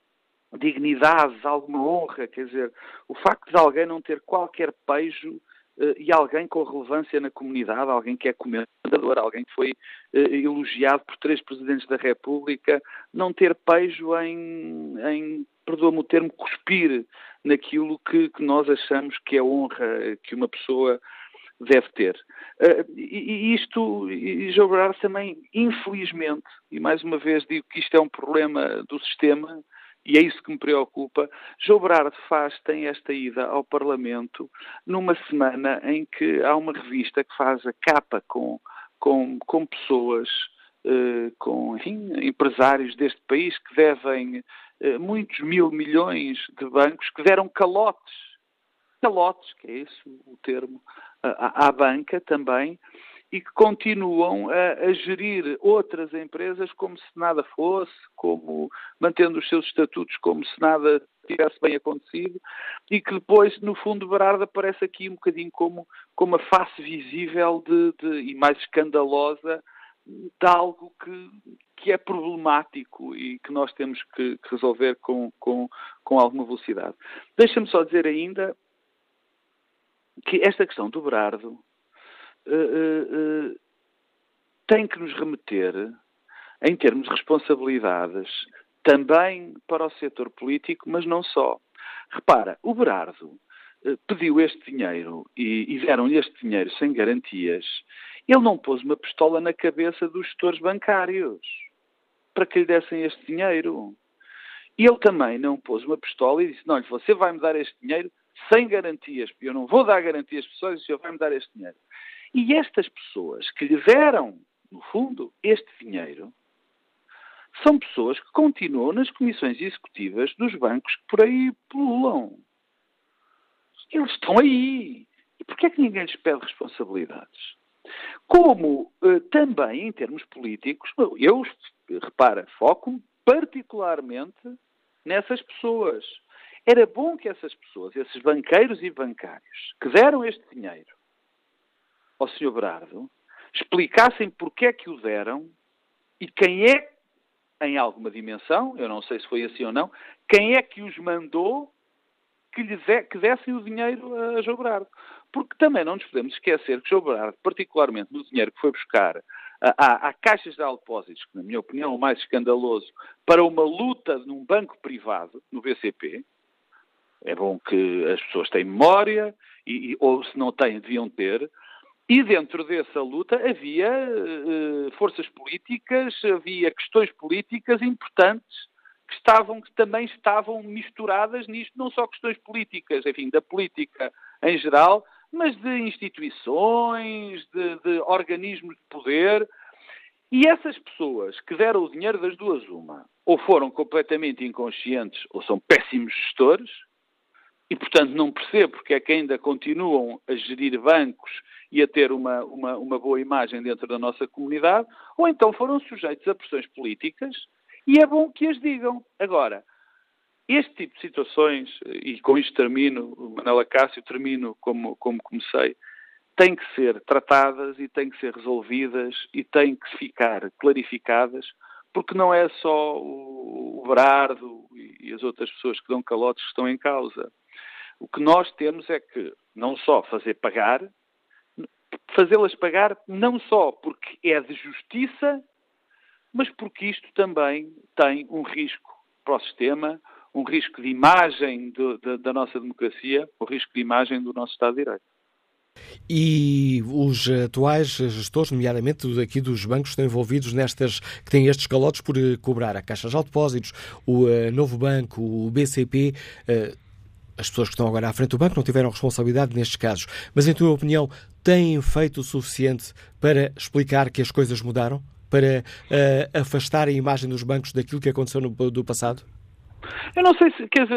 dignidade, alguma honra, quer dizer, o facto de alguém não ter qualquer pejo uh, e alguém com relevância na comunidade, alguém que é comentador, alguém que foi uh, elogiado por três presidentes da República, não ter pejo em, em perdoa-me o termo, cuspir naquilo que, que nós achamos que é honra que uma pessoa deve ter. Uh, e, e isto, e João Berardo também, infelizmente, e mais uma vez digo que isto é um problema do sistema, e é isso que me preocupa, João Berardo faz, tem esta ida ao Parlamento numa semana em que há uma revista que faz a capa com, com, com pessoas, uh, com enfim, empresários deste país que devem uh, muitos mil milhões de bancos, que deram calotes, calotes, que é esse o termo, à, à banca também, e que continuam a, a gerir outras empresas como se nada fosse, como mantendo os seus estatutos como se nada tivesse bem acontecido, e que depois, no fundo, Berardo aparece aqui um bocadinho como, como a face visível de, de, e mais escandalosa de algo que, que é problemático e que nós temos que, que resolver com, com, com alguma velocidade. Deixa-me só dizer ainda que esta questão do Berardo Uh, uh, uh, tem que nos remeter, em termos de responsabilidades, também para o setor político, mas não só. Repara, o Berardo uh, pediu este dinheiro e, e deram-lhe este dinheiro sem garantias. Ele não pôs uma pistola na cabeça dos gestores bancários para que lhe dessem este dinheiro. E ele também não pôs uma pistola e disse, não, você vai-me dar este dinheiro sem garantias, eu não vou dar garantias às pessoas, o senhor vai-me dar este dinheiro. E estas pessoas que lhe deram, no fundo, este dinheiro, são pessoas que continuam nas comissões executivas dos bancos que por aí pululam. Eles estão aí. E porquê é que ninguém lhes pede responsabilidades? Como uh, também, em termos políticos, eu, repara, foco-me particularmente nessas pessoas. Era bom que essas pessoas, esses banqueiros e bancários, que deram este dinheiro ao senhor Berardo, explicassem porque é que o deram e quem é, em alguma dimensão, eu não sei se foi assim ou não, quem é que os mandou, que, lhe de, que dessem o dinheiro a João Berardo. Porque também não nos podemos esquecer que João Berardo, particularmente no dinheiro que foi buscar à, à Caixas de Depósitos, que na minha opinião é o mais escandaloso, para uma luta num banco privado, no B C P, é bom que as pessoas têm memória, e, ou se não têm, deviam ter, e dentro dessa luta havia uh, forças políticas, havia questões políticas importantes que, estavam, que também estavam misturadas nisto, não só questões políticas, enfim, da política em geral, mas de instituições, de, de organismos de poder. E essas pessoas que deram o dinheiro das duas uma, ou foram completamente inconscientes ou são péssimos gestores, e portanto não percebo porque é que ainda continuam a gerir bancos e a ter uma, uma, uma boa imagem dentro da nossa comunidade, ou então foram sujeitos a pressões políticas, e é bom que as digam. Agora, este tipo de situações, e com isto termino, Manela Cássio, termino como, como comecei, têm que ser tratadas e têm que ser resolvidas e têm que ficar clarificadas, porque não é só o Berardo e as outras pessoas que dão calotes que estão em causa. O que nós temos é que não só fazer pagar, fazê-las pagar não só porque é de justiça, mas porque isto também tem um risco para o sistema, um risco de imagem do, da, da nossa democracia, um risco de imagem do nosso Estado de Direito. E os atuais gestores, nomeadamente aqui dos bancos, estão envolvidos nestas, que têm estes calotes por cobrar a Caixa de Depósitos, o uh, Novo Banco, o B C P. Uh, as pessoas que estão agora à frente do banco não tiveram responsabilidade nestes casos. Mas, em tua opinião, têm feito o suficiente para explicar que as coisas mudaram? Para uh, afastar a imagem dos bancos daquilo que aconteceu no do passado? Eu não sei se, quer dizer,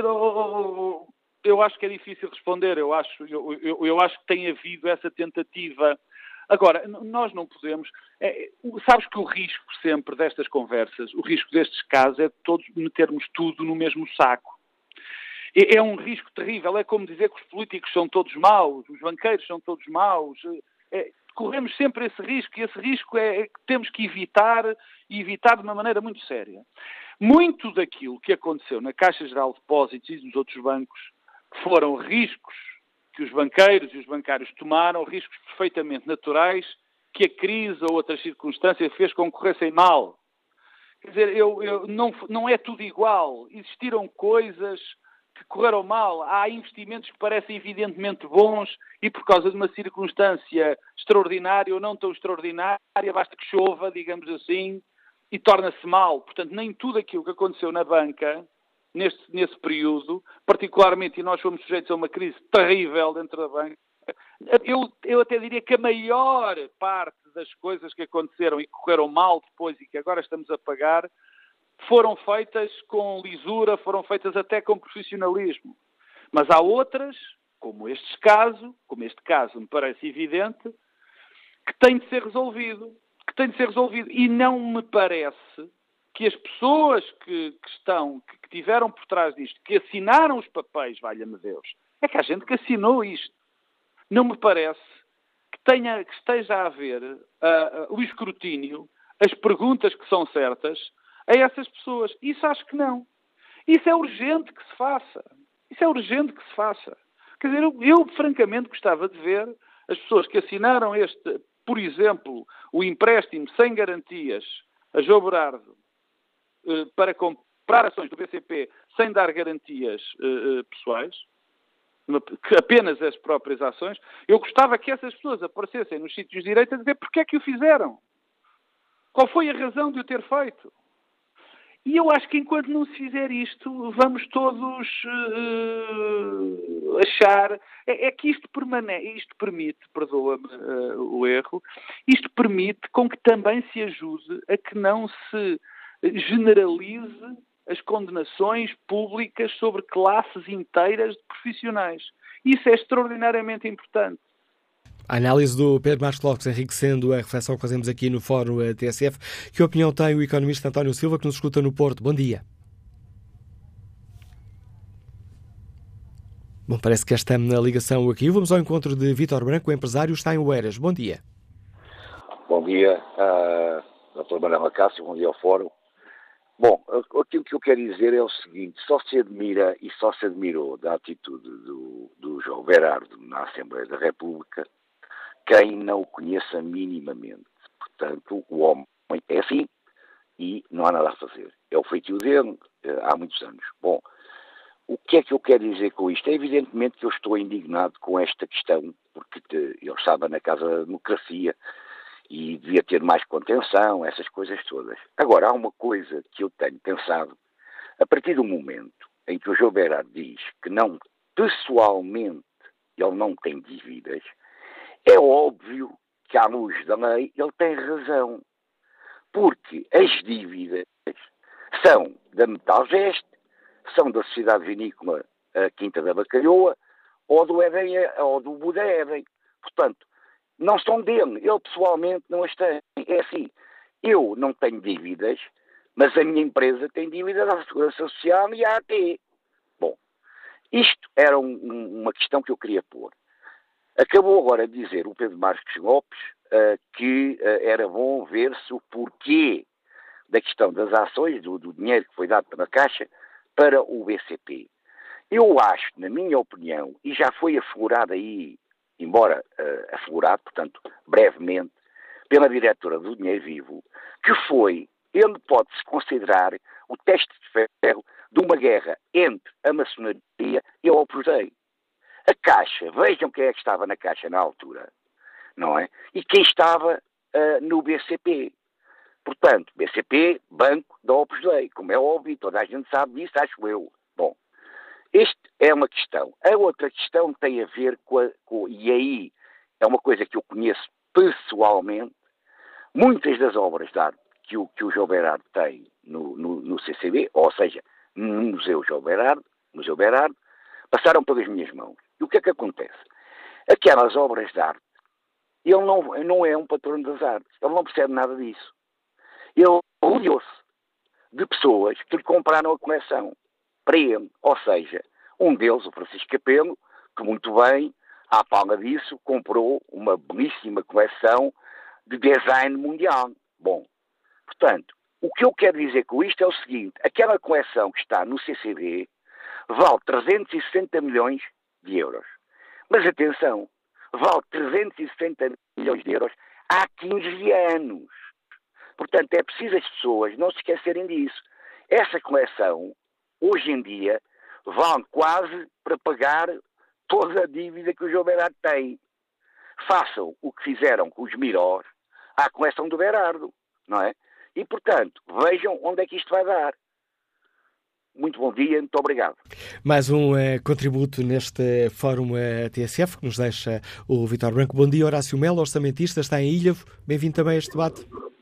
eu, eu acho que é difícil responder, eu acho, eu, eu, eu acho que tem havido essa tentativa. Agora, nós não podemos, é, sabes que o risco sempre destas conversas, o risco destes casos é de todos metermos tudo no mesmo saco. É, é um risco terrível, é como dizer que os políticos são todos maus, os banqueiros são todos maus, é, corremos sempre esse risco, e esse risco é, é que temos que evitar, e evitar de uma maneira muito séria. Muito daquilo que aconteceu na Caixa Geral de Depósitos e nos outros bancos foram riscos que os banqueiros e os bancários tomaram, riscos perfeitamente naturais, que a crise ou outras circunstâncias fez com que corressem mal. Quer dizer, eu, eu, não, não é tudo igual. Existiram coisas que correram mal. Há investimentos que parecem evidentemente bons e por causa de uma circunstância extraordinária ou não tão extraordinária, basta que chova, digamos assim, e torna-se mal. Portanto, nem tudo aquilo que aconteceu na banca, neste, nesse período, particularmente, e nós fomos sujeitos a uma crise terrível dentro da banca, eu, eu até diria que a maior parte das coisas que aconteceram e que correram mal depois e que agora estamos a pagar, foram feitas com lisura, foram feitas até com profissionalismo. Mas há outras, como este caso, como este caso me parece evidente, que têm de ser resolvido. Que têm de ser resolvido. E não me parece que as pessoas que, que estão, que, que tiveram por trás disto, que assinaram os papéis, valha-me Deus, é que há gente que assinou isto. Não me parece que, tenha, que esteja a haver uh, uh, o escrutínio, as perguntas que são certas, a essas pessoas. Isso acho que não. Isso é urgente que se faça. Isso é urgente que se faça. Quer dizer, eu, eu francamente gostava de ver as pessoas que assinaram este, por exemplo, o empréstimo sem garantias a João Berardo eh, para comprar ações do B C P sem dar garantias eh, pessoais, apenas as próprias ações. Eu gostava que essas pessoas aparecessem nos sítios de direito a dizer porque é que o fizeram. Qual foi a razão de o ter feito? E eu acho que enquanto não se fizer isto, vamos todos uh, achar... É, é que isto, permane... isto permite, perdoa-me uh, o erro, isto permite com que também se ajude a que não se generalize as condenações públicas sobre classes inteiras de profissionais. Isso é extraordinariamente importante. A análise do Pedro Marcos Lopes, enriquecendo a reflexão que fazemos aqui no Fórum T S F. Que opinião tem o economista António Silva, que nos escuta no Porto? Bom dia. Bom, parece que esta ligação aqui. Vamos ao encontro de Vítor Branco, o empresário, está em Oeiras. Bom dia. Bom dia, uh, doutor Manela Cássio, bom dia ao Fórum. Bom, aquilo que eu quero dizer é o seguinte, só se admira e só se admirou da atitude do, do João Berardo na Assembleia da República quem não o conheça minimamente. Portanto, o homem é assim e não há nada a fazer. É o feitio dele há muitos anos. Bom, o que é que eu quero dizer com isto? É evidentemente que eu estou indignado com esta questão, porque eu estava na Casa da Democracia e devia ter mais contenção, essas coisas todas. Agora, há uma coisa que eu tenho pensado, a partir do momento em que o João Berardo diz que não, pessoalmente, ele não tem dívidas, é óbvio que, à luz da lei, ele tem razão. Porque as dívidas são da Metalgeste, são da Sociedade Vinícola a Quinta da Bacalhoa ou do Éden, ou do Buda Éden. Portanto, não são dele. Ele pessoalmente não as tem. É assim, eu não tenho dívidas, mas a minha empresa tem dívidas à Segurança Social e à A T. Bom, isto era um, uma questão que eu queria pôr. Acabou agora de dizer o Pedro Marcos Lopes uh, que uh, era bom ver-se o porquê da questão das ações, do, do dinheiro que foi dado pela Caixa para o B C P. Eu acho, na minha opinião, e já foi aflorado aí, embora uh, aflorado, portanto, brevemente, pela diretora do Dinheiro Vivo, que foi, ele pode-se considerar o teste de ferro de uma guerra entre a maçonaria e a Opus Dei. A Caixa, vejam quem é que estava na Caixa na altura, não é? E quem estava uh, no B C P. Portanto, B C P, banco da Opus Dei, como é óbvio, toda a gente sabe disso, acho eu. Bom, esta é uma questão. A outra questão tem a ver com, a, com, e aí é uma coisa que eu conheço pessoalmente, muitas das obras de arte que o, que o João Berardo tem no, no, no C C B, ou seja, no Museu João Berardo, Museu Berardo, passaram pelas minhas mãos. E o que é que acontece? Aquelas obras de arte, ele não, não é um patrono das artes, ele não percebe nada disso. Ele rodeou-se de pessoas que lhe compraram a coleção para ele. Ou seja, um deles, o Francisco Capelo, que muito bem, à palma disso, comprou uma belíssima coleção de design mundial. Bom, portanto, o que eu quero dizer com isto é o seguinte, aquela coleção que está no C C B vale trezentos e sessenta milhões de euros. Mas atenção, vale trezentos e sessenta milhões de euros há quinze anos. Portanto, é preciso as pessoas não se esquecerem disso. Essa coleção, hoje em dia, vale quase para pagar toda a dívida que o João Berardo tem. Façam o que fizeram com os Mirós à coleção do Berardo, não é? E, portanto, vejam onde é que isto vai dar. Muito bom dia, muito obrigado. Mais um uh, contributo neste Fórum uh, T S F que nos deixa o Vítor Branco. Bom dia, Horácio Melo, orçamentista, está em Ilhavo. Bem-vindo também a este debate.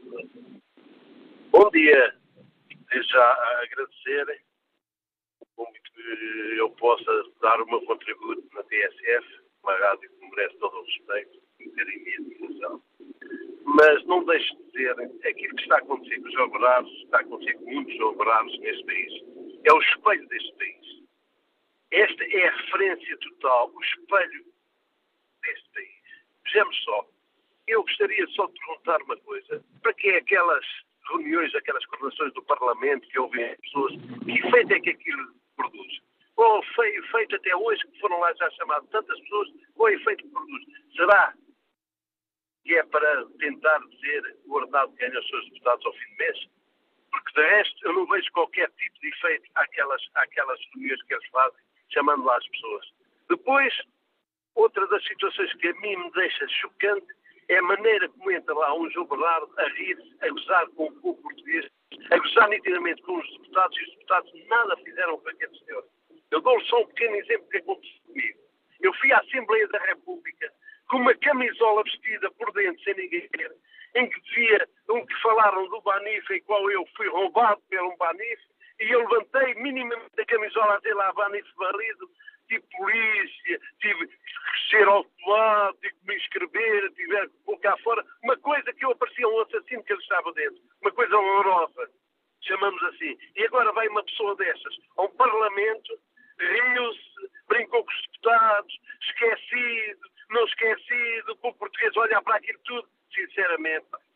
Bom dia. Desde já a agradecer como que eu possa dar o meu contributo na T S F, uma rádio que merece todo o respeito e ter em minha admiração. Mas não deixe de dizer, aquilo que está acontecendo com os João Berardo, está acontecendo com muitos João Berardos neste país, é o espelho deste país. Esta é a referência total, o espelho deste país. Vejamos só, eu gostaria só de perguntar uma coisa. Para que é aquelas reuniões, aquelas coordenações do Parlamento que ouvem pessoas, que efeito é que aquilo produz? Qual o efeito até hoje que foram lá já chamados tantas pessoas, qual é o efeito que produz? Será que é para tentar dizer o ordenado que ganham os seus deputados ao fim do mês? Porque de resto eu não vejo qualquer tipo de efeito àquelas, àquelas reuniões que eles fazem, chamando lá as pessoas. Depois, outra das situações que a mim me deixa chocante é a maneira como entra lá um João Berardo a rir, a gozar com o povo português, a gozar nitidamente com os deputados, e os deputados nada fizeram para aquele senhor. Eu dou-lhe só um pequeno exemplo que aconteceu comigo. Eu fui à Assembleia da República com uma camisola vestida por dentro, sem ninguém ver, em que dizia, um que falaram do Banif, em qual eu fui roubado pelo Banif, e eu levantei minimamente a camisola a dizer lá Banif barrido, tive polícia, tive que ser autuado, tive que me inscrever, tive que pôr cá fora, uma coisa que eu aparecia um assassino que ele estava dentro, uma coisa horrorosa, chamamos assim. E agora vai uma pessoa dessas a um Parlamento, riu-se, brincou com os deputados, esquecido, não esquecido, o povo português olhar para aquilo tudo. Sinceramente,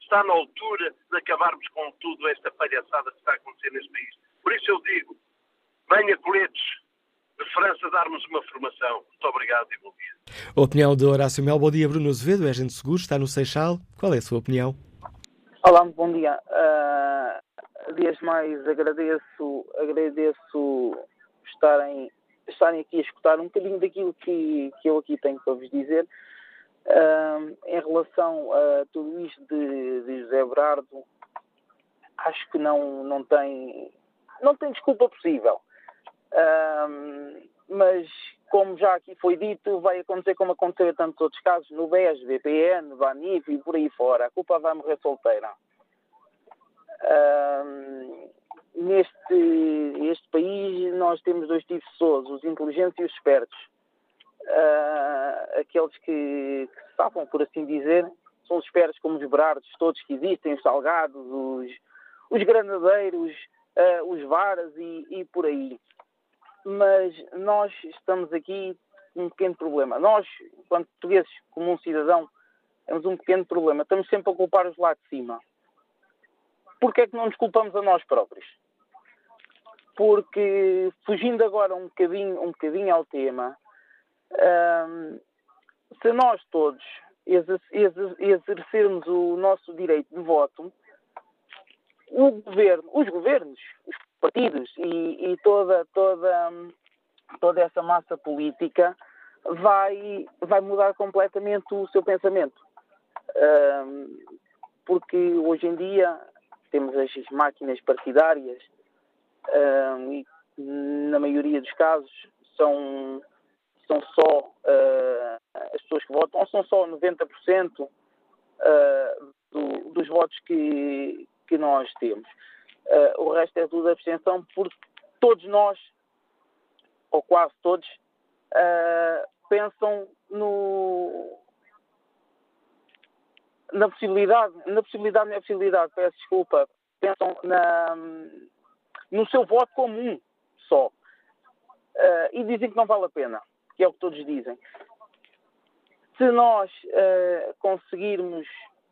está na altura de acabarmos com tudo esta palhaçada que está a acontecer neste país. Por isso eu digo, venha coletes de França dar-nos uma formação. Muito obrigado e bom dia. A opinião de Horácio Mel. Bom dia, Bruno Azevedo, é agente de seguros, está no Seixal. Qual é a sua opinião? Olá, muito bom dia. Uh, dias mais agradeço, agradeço estarem, estarem aqui a escutar um bocadinho daquilo que, que eu aqui tenho para vos dizer. Uh, em relação a tudo isto de, de José Berardo, acho que não, não, tem, não tem desculpa possível. Uh, mas, como já aqui foi dito, vai acontecer como aconteceu em tantos outros casos, no B E S, B P N, Banif e por aí fora. A culpa vai morrer solteira. Uh, neste este país nós temos dois tipos de pessoas, os inteligentes e os espertos. Uh, aqueles que, que se safam, por assim dizer, são os espertos como os Berardos, todos que existem, os Salgados, os, os Granadeiros, uh, os Varas e, e por aí. Mas nós estamos aqui com um pequeno problema. Nós, enquanto portugueses, como um cidadão, temos um pequeno problema. Estamos sempre a culpar os lá de cima. Porquê é que não nos culpamos a nós próprios? Porque, fugindo agora um bocadinho, um bocadinho ao tema, hum, se nós todos exercermos o nosso direito de voto, o governo, os governos, os partidos e, e toda, toda, toda essa massa política vai, vai mudar completamente o seu pensamento. Um, porque hoje em dia temos as máquinas partidárias um, e na maioria dos casos são, são só uh, as pessoas que votam, são só noventa por cento uh, do, dos votos que, que nós temos. Uh, o resto é tudo abstenção, porque todos nós, ou quase todos, uh, pensam no, na possibilidade, na possibilidade, não é possibilidade, peço desculpa, pensam na, no seu voto comum só. Uh, e dizem que não vale a pena, que é o que todos dizem. Se nós uh, conseguirmos,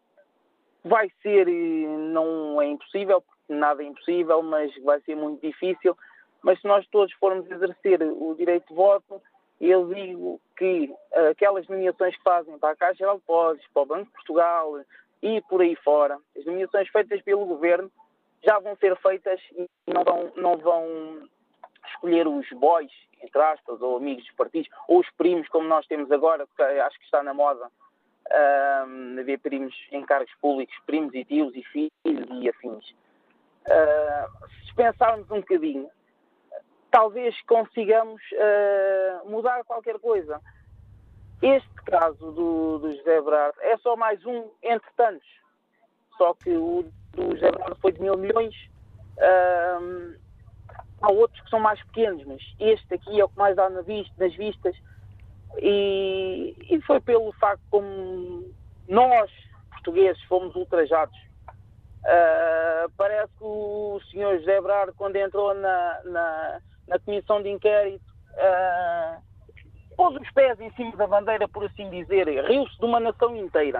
vai ser, não é impossível, nada é impossível, mas vai ser muito difícil. Mas se nós todos formos exercer o direito de voto, eu digo que aquelas nomeações que fazem para a Caixa Geral de Depósitos, para o Banco de Portugal e por aí fora, as nomeações feitas pelo Governo já vão ser feitas e não vão, não vão escolher os boys, entre aspas, ou amigos dos partidos, ou os primos, como nós temos agora, porque acho que está na moda um, haver primos em cargos públicos, primos e tios e filhos e afins. Uh, se pensarmos um bocadinho, talvez consigamos uh, mudar qualquer coisa. Este caso do, do José Berardo é só mais um entre tantos. Só que o do José Berardo foi de mil milhões. Uh, há outros que são mais pequenos, mas este aqui é o que mais dá na vista, nas vistas. E, e foi pelo facto como nós, portugueses, fomos ultrajados. Uh, parece que o senhor José Berardo, quando entrou na, na, na comissão de inquérito, uh, pôs os pés em cima da bandeira, por assim dizer, riu-se de uma nação inteira.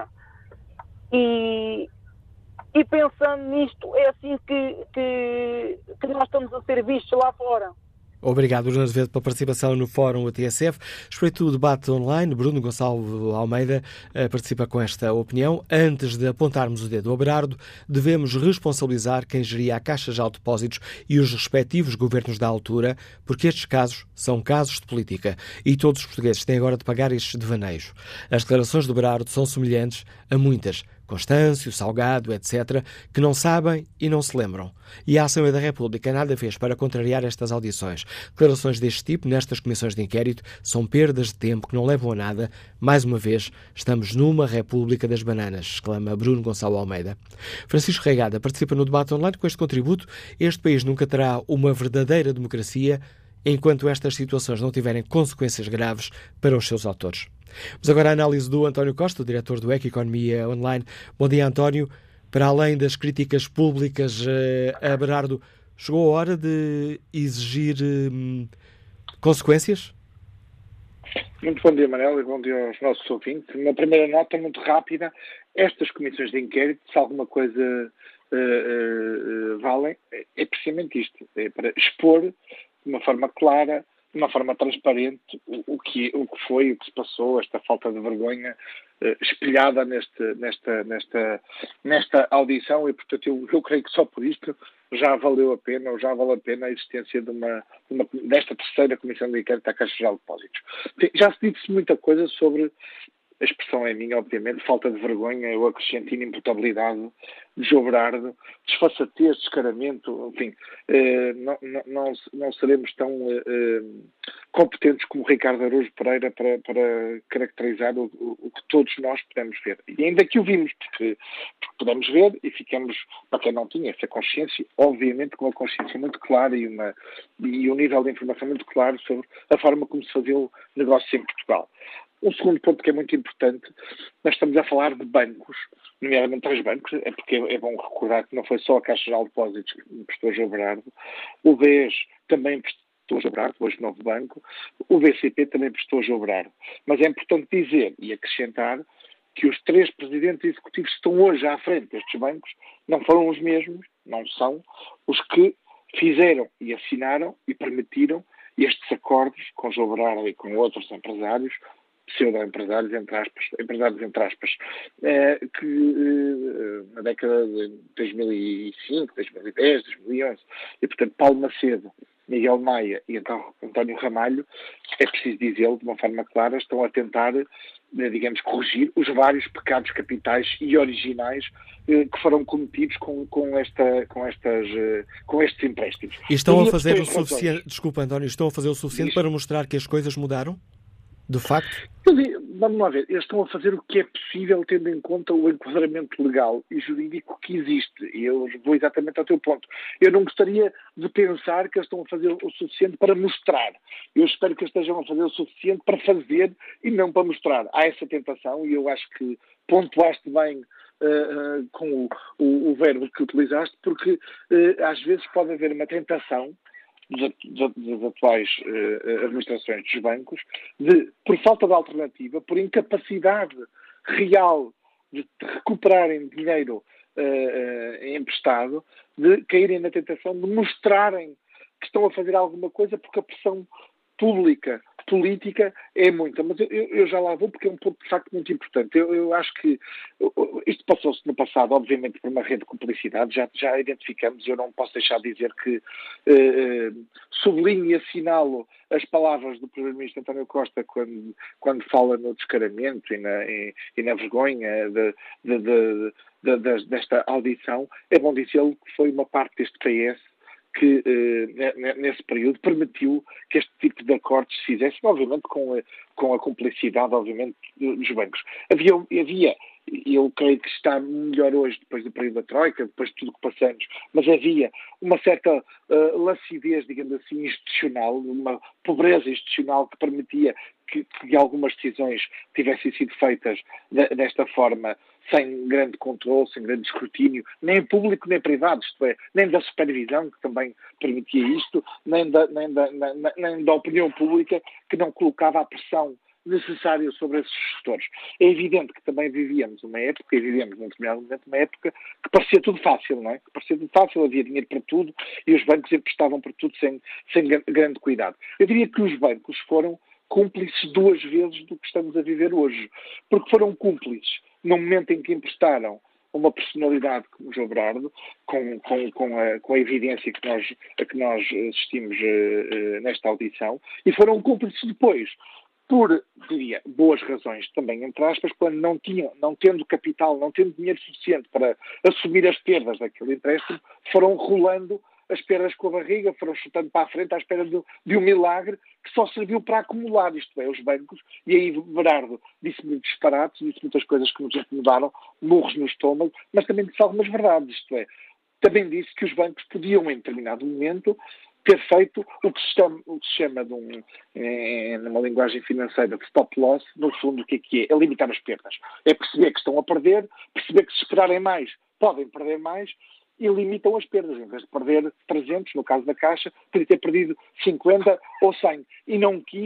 E, e pensando nisto, é assim que, que, que nós estamos a ser vistos lá fora. Obrigado, Bruno Azevedo, pela participação no Fórum A T S F. Respeito o debate online. Bruno Gonçalo Almeida uh, participa com esta opinião. Antes de apontarmos o dedo ao Berardo, devemos responsabilizar quem geria a Caixa Geral de Depósitos e os respectivos governos da altura, porque estes casos são casos de política e todos os portugueses têm agora de pagar estes devaneios. As declarações do Berardo são semelhantes a muitas, Constâncio, Salgado, etcétera, que não sabem e não se lembram. E a Assembleia da República nada fez para contrariar estas audições. Declarações deste tipo, nestas comissões de inquérito, são perdas de tempo que não levam a nada. Mais uma vez, estamos numa República das Bananas, exclama Bruno Gonçalo Almeida. Francisco Reigada participa no debate online com este contributo. Este país nunca terá uma verdadeira democracia enquanto estas situações não tiverem consequências graves para os seus autores. Mas agora a análise do António Costa, diretor do E C Economia Online. Bom dia, António. Para além das críticas públicas a Berardo, chegou a hora de exigir hum, consequências? Muito bom dia, Manel, e bom dia aos nossos ouvintes. Uma primeira nota muito rápida. estas comissões de inquérito, se alguma coisa uh, uh, uh, valem, é precisamente isto, é para expor de uma forma clara, de uma forma transparente, o, o, que, o que foi, o que se passou, esta falta de vergonha uh, espelhada neste, nesta, nesta, nesta audição, e portanto eu, eu creio que só por isto já valeu a pena, ou já vale a pena a existência de uma, de uma, desta terceira Comissão de Inquérito à Caixa Geral de Depósitos. Já se disse muita coisa sobre, a expressão é minha, obviamente, falta de vergonha, eu acrescento inimputabilidade de João Berardo, desfaçatez, descaramento, enfim, eh, não, não, não seremos tão eh, competentes como Ricardo Araújo Pereira para, para caracterizar o, o, o que todos nós podemos ver. E ainda que o vimos, porque, porque podemos ver e ficamos, para quem não tinha essa consciência, obviamente com uma consciência muito clara e, uma, e um nível de informação muito claro sobre a forma como se fazia o negócio em Portugal. Um segundo ponto que é muito importante, nós estamos a falar de bancos, nomeadamente três bancos, é porque é bom recordar que não foi só a Caixa Geral de Depósitos que emprestou a João Berardo, o B E S também emprestou a João Berardo, hoje novo banco, o B C P também emprestou a João Berardo. Mas é importante dizer e acrescentar que os três presidentes executivos que estão hoje à frente destes bancos não foram os mesmos, não são os que fizeram e assinaram e permitiram estes acordos com João Berardo e com outros empresários, pseudo-empresários, entre aspas, empresários, entre aspas, eh, que eh, na década de dois mil e cinco, dois mil e dez, dois mil e onze, e portanto Paulo Macedo, Miguel Maia e então António Ramalho, é preciso dizê-lo de uma forma clara, estão a tentar, digamos, corrigir os vários pecados capitais e originais eh, que foram cometidos com, com, esta, com, estas, eh, com estes empréstimos. E estão a fazer o suficiente, desculpa António, estão a fazer o suficiente para mostrar que as coisas mudaram? De facto? Vamos lá ver, eles estão a fazer o que é possível tendo em conta o enquadramento legal e jurídico que existe. E eu vou exatamente ao teu ponto. Eu não gostaria de pensar que eles estão a fazer o suficiente para mostrar. Eu espero que eles estejam a fazer o suficiente para fazer e não para mostrar. Há essa tentação e eu acho que pontuaste bem uh, uh, com o, o, o verbo que utilizaste, porque uh, às vezes pode haver uma tentação das atuais uh, administrações dos bancos, de, por falta de alternativa, por incapacidade real de recuperarem dinheiro uh, uh, emprestado, de caírem na tentação de mostrarem que estão a fazer alguma coisa porque a pressão pública, política, é muita. Mas eu, eu já lá vou porque é um ponto de facto muito importante. Eu, eu acho que isto passou-se no passado, obviamente, por uma rede de cumplicidade, já, já identificamos, eu não posso deixar de dizer que eh, sublinho e assinalo as palavras do Primeiro-Ministro António Costa quando, quando fala no descaramento e na, e, e na vergonha de, de, de, de, de, desta audição. É bom dizê-lo que foi uma parte deste P S que eh, nesse período permitiu que este tipo de acordos se fizessem, obviamente com a, com a cumplicidade, obviamente, dos bancos. Havia, havia, eu creio que está melhor hoje, depois do período da Troika, depois de tudo que passamos, mas havia uma certa uh, lacidez, digamos assim, institucional, uma pobreza institucional que permitia que, que algumas decisões tivessem sido feitas de, desta forma, sem grande controle, sem grande escrutínio, nem público nem privado, isto é, nem da supervisão, que também permitia isto, nem da, nem da, nem, nem da opinião pública, que não colocava a pressão necessária sobre esses gestores. É evidente que também vivíamos uma época, e vivíamos num determinado momento uma época que parecia tudo fácil, não é? Que parecia tudo fácil, havia dinheiro para tudo e os bancos emprestavam para tudo sem, sem grande cuidado. Eu diria que os bancos foram cúmplices duas vezes do que estamos a viver hoje, porque foram cúmplices no momento em que emprestaram uma personalidade como o João Berardo, com, com, com, a, com a evidência que nós, a que nós assistimos uh, uh, nesta audição, e foram cúmplices depois, por, diria, boas razões também, entre aspas, quando não tinham, não tendo capital, não tendo dinheiro suficiente para assumir as perdas daquele empréstimo, foram rolando as perdas com a barriga, foram chutando para a frente à espera de, de um milagre que só serviu para acumular, isto é, os bancos. E aí Berardo disse muitos disparates, disse muitas coisas que nos incomodaram, murros no estômago, mas também disse algumas verdades, isto é, também disse que os bancos podiam, em determinado momento, ter feito o que se chama, o que se chama de um, é, numa linguagem financeira, de stop loss. No fundo, o que é que é? É limitar as perdas. É perceber que estão a perder, perceber que se esperarem mais, podem perder mais, e limitam as perdas. Em vez de perder trezentos, no caso da Caixa, podia ter perdido cinquenta ou cem. E não quis,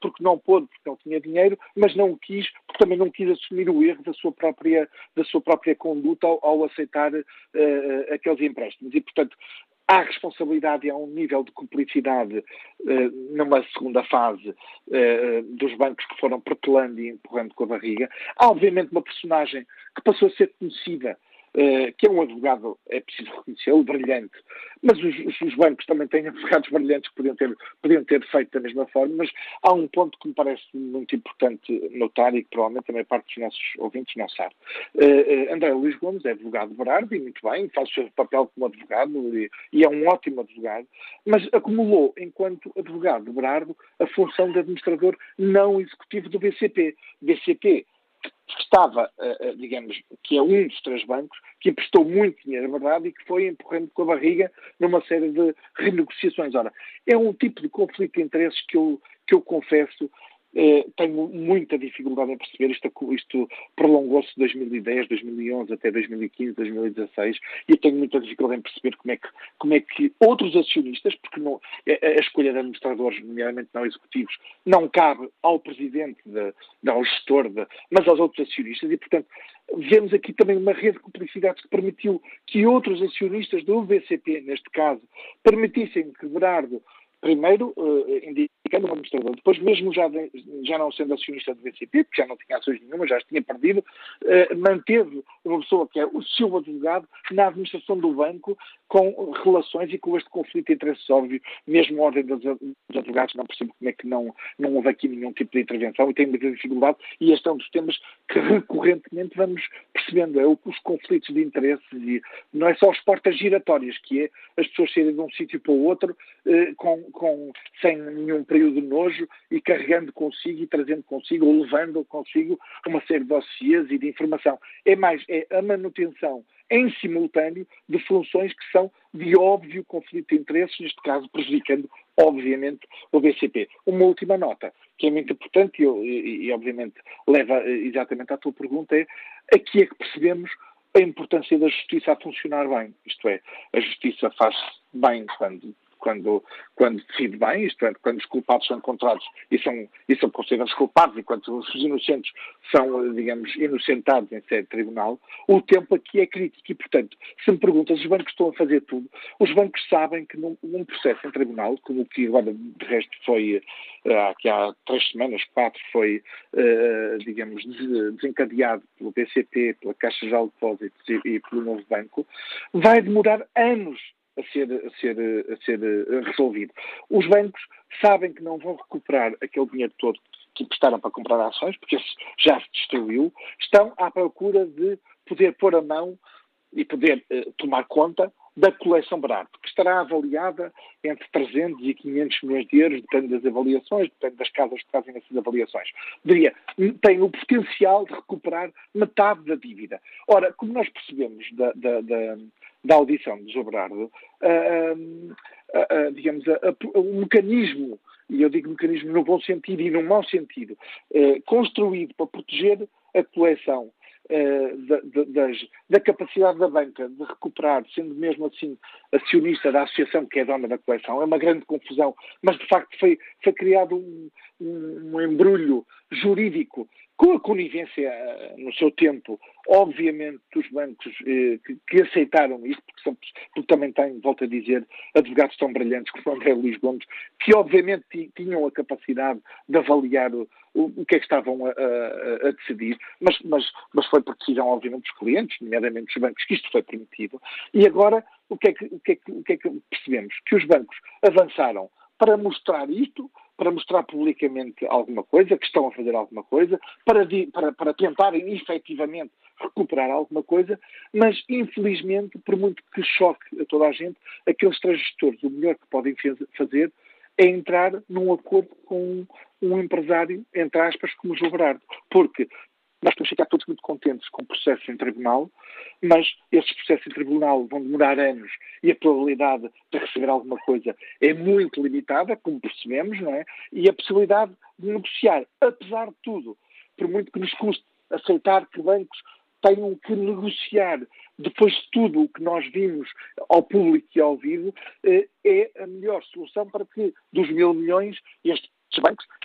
porque não pôde, porque não tinha dinheiro, mas não quis, porque também não quis assumir o erro da sua própria, da sua própria conduta ao, ao aceitar uh, aqueles empréstimos. E, portanto, há responsabilidade e há um nível de cumplicidade uh, numa segunda fase uh, dos bancos que foram protelando e empurrando com a barriga. Há, obviamente, uma personagem que passou a ser conhecida, Uh, que é um advogado, é preciso reconhecê-lo, brilhante, mas os, os, os bancos também têm advogados brilhantes que podiam ter, podiam ter feito da mesma forma, mas há um ponto que me parece muito importante notar e que provavelmente também parte dos nossos ouvintes não sabe. Uh, uh, André Luís Gomes é advogado de Berardo e muito bem, faz o seu papel como advogado e, e é um ótimo advogado, mas acumulou, enquanto advogado de Berardo, a função de administrador não executivo do B C P. B C P que estava, digamos, que é um dos três bancos, que emprestou muito dinheiro, é verdade, e que foi empurrando com a barriga numa série de renegociações. Ora, é um tipo de conflito de interesses que eu, que eu confesso, eh, tenho muita dificuldade em perceber. Isto, isto prolongou-se de dois mil e dez, dois mil e onze até dois mil e quinze, dois mil e dezasseis, e eu tenho muita dificuldade em perceber como é que, como é que outros acionistas, porque não, a, a escolha de administradores, nomeadamente não executivos, não cabe ao presidente, de, de, ao gestor, de, mas aos outros acionistas, e, portanto, vemos aqui também uma rede de cumplicidades que permitiu que outros acionistas do B C P, neste caso, permitissem que Berardo, primeiro, uh, indicando o administrador, depois mesmo já, de, já não sendo acionista do B C P, porque já não tinha ações nenhuma, já as tinha perdido, uh, manteve uma pessoa que é o seu advogado na administração do banco, com relações e com este conflito de interesses óbvio, mesmo a ordem dos advogados, não percebo como é que não, não houve aqui nenhum tipo de intervenção e tenho muita dificuldade, e este é um dos temas que recorrentemente vamos percebendo, é os conflitos de interesses, e não é só as portas giratórias, que é as pessoas saírem de um sítio para o outro eh, com, com, sem nenhum período de nojo e carregando consigo e trazendo consigo ou levando consigo uma série de dossiês e de informação. É mais, é a manutenção em simultâneo de funções que são de óbvio conflito de interesses, neste caso prejudicando, obviamente, o B C P. Uma última nota, que é muito importante e, e, e obviamente, leva exatamente à tua pergunta, é aqui é que percebemos a importância da justiça a funcionar bem. Isto é, a justiça faz bem quando... Quando, quando decide bem, isto é, quando os culpados são encontrados e são, e são considerados culpados, enquanto os inocentes são, digamos, inocentados em sede de tribunal, o tempo aqui é crítico e, portanto, se me perguntas, os bancos estão a fazer tudo, os bancos sabem que num, num processo em tribunal, como o que agora de resto foi, uh, aqui há três semanas, quatro, foi, uh, digamos, desencadeado pelo B C P, pela Caixa Geral de Depósitos e, e pelo novo banco, vai demorar anos a ser, a ser, a ser resolvido. Os bancos sabem que não vão recuperar aquele dinheiro todo que emprestaram para comprar ações, porque esse já se destruiu, estão à procura de poder pôr a mão e poder uh, tomar conta da coleção Berardo, que estará avaliada entre trezentos e quinhentos milhões de euros, depende das avaliações, depende das casas que fazem essas avaliações. Diria, tem o potencial de recuperar metade da dívida. Ora, como nós percebemos da, da, da, da audição de João Berardo, uh, uh, uh, digamos, uh, uh, o mecanismo, e eu digo mecanismo no bom sentido e no mau sentido, uh, construído para proteger a coleção Uh, da, da, da capacidade da banca de recuperar, sendo mesmo assim acionista da associação que é dona da coleção, é uma grande confusão, mas de facto foi, foi criado um, um, um embrulho jurídico com a conivência uh, no seu tempo, obviamente, dos bancos uh, que, que aceitaram isto, porque, são, porque também têm, volto a dizer, advogados tão brilhantes como André Luís Gomes, que obviamente tinham a capacidade de avaliar o, o, o que é que estavam a, a, a decidir, mas, mas, mas foi por decisão, obviamente, dos clientes, nomeadamente dos bancos, que isto foi permitido. E agora, o que é que, o que, é que, o que, é que percebemos? Que os bancos avançaram para mostrar isto, para mostrar publicamente alguma coisa, que estão a fazer alguma coisa, para, para, para tentarem efetivamente recuperar alguma coisa, mas infelizmente, por muito que choque a toda a gente, aqueles três gestores, o melhor que podem fazer é entrar num acordo com um empresário, entre aspas, como o João Berardo, porque nós temos que ficar todos muito contentes com o processo em tribunal, mas esses processos em tribunal vão demorar anos e a probabilidade de receber alguma coisa é muito limitada, como percebemos, não é? E a possibilidade de negociar, apesar de tudo, por muito que nos custe aceitar que bancos tenham que negociar depois de tudo o que nós vimos ao público e ao vivo, é a melhor solução para que dos mil milhões estes bancos,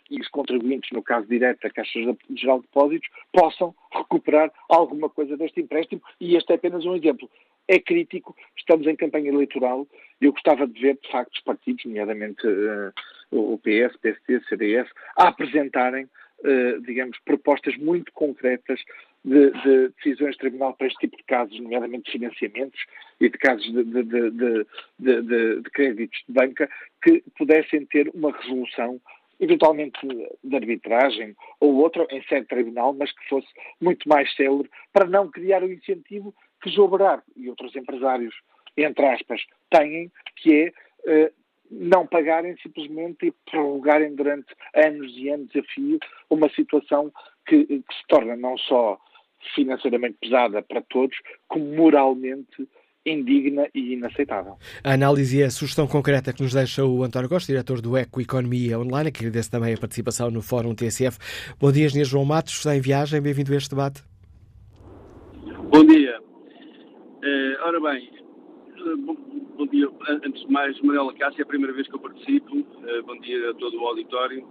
e os contribuintes, no caso direto da Caixa Geral de Depósitos, possam recuperar alguma coisa deste empréstimo, e este é apenas um exemplo. É crítico, estamos em campanha eleitoral, e eu gostava de ver, de facto, os partidos, nomeadamente uh, o P S, P S D, C D S, a apresentarem, uh, digamos, propostas muito concretas de, de decisões de tribunal para este tipo de casos, nomeadamente de financiamentos e de casos de, de, de, de, de, de, de créditos de banca, que pudessem ter uma resolução, eventualmente de arbitragem ou outra, em sede de tribunal, mas que fosse muito mais célere, para não criar o incentivo que João Berardo e outros empresários, entre aspas, têm, que é uh, não pagarem simplesmente e prorrogarem durante anos e anos a fio uma situação que, que se torna não só financeiramente pesada para todos, como moralmente indigna e inaceitável. A análise e a sugestão concreta que nos deixa o António Costa, diretor do Eco Economia Online, que agradece também a participação no Fórum T S F. Bom dia, engenheiro João Matos, está em viagem, bem-vindo a este debate. Bom dia. Uh, ora bem, uh, bom, bom dia. Antes de mais, Manuela Cássio, é a primeira vez que eu participo. Uh, bom dia a todo o auditório.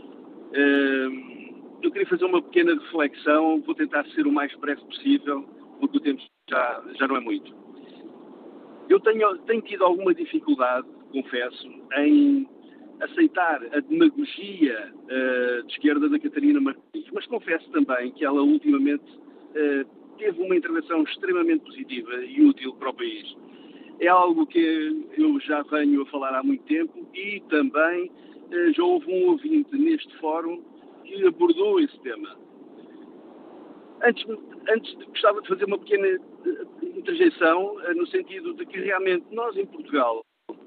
Uh, eu queria fazer uma pequena reflexão, vou tentar ser o mais breve possível, porque o tempo já, já não é muito. Eu tenho, tenho tido alguma dificuldade, confesso, em aceitar a demagogia uh, de esquerda da Catarina Martins, mas confesso também que ela ultimamente uh, teve uma intervenção extremamente positiva e útil para o país. É algo que eu já venho a falar há muito tempo e também uh, já houve um ouvinte neste fórum que abordou esse tema. Antes, antes gostava de fazer uma pequena interjeição, uh, no sentido de que realmente nós em Portugal,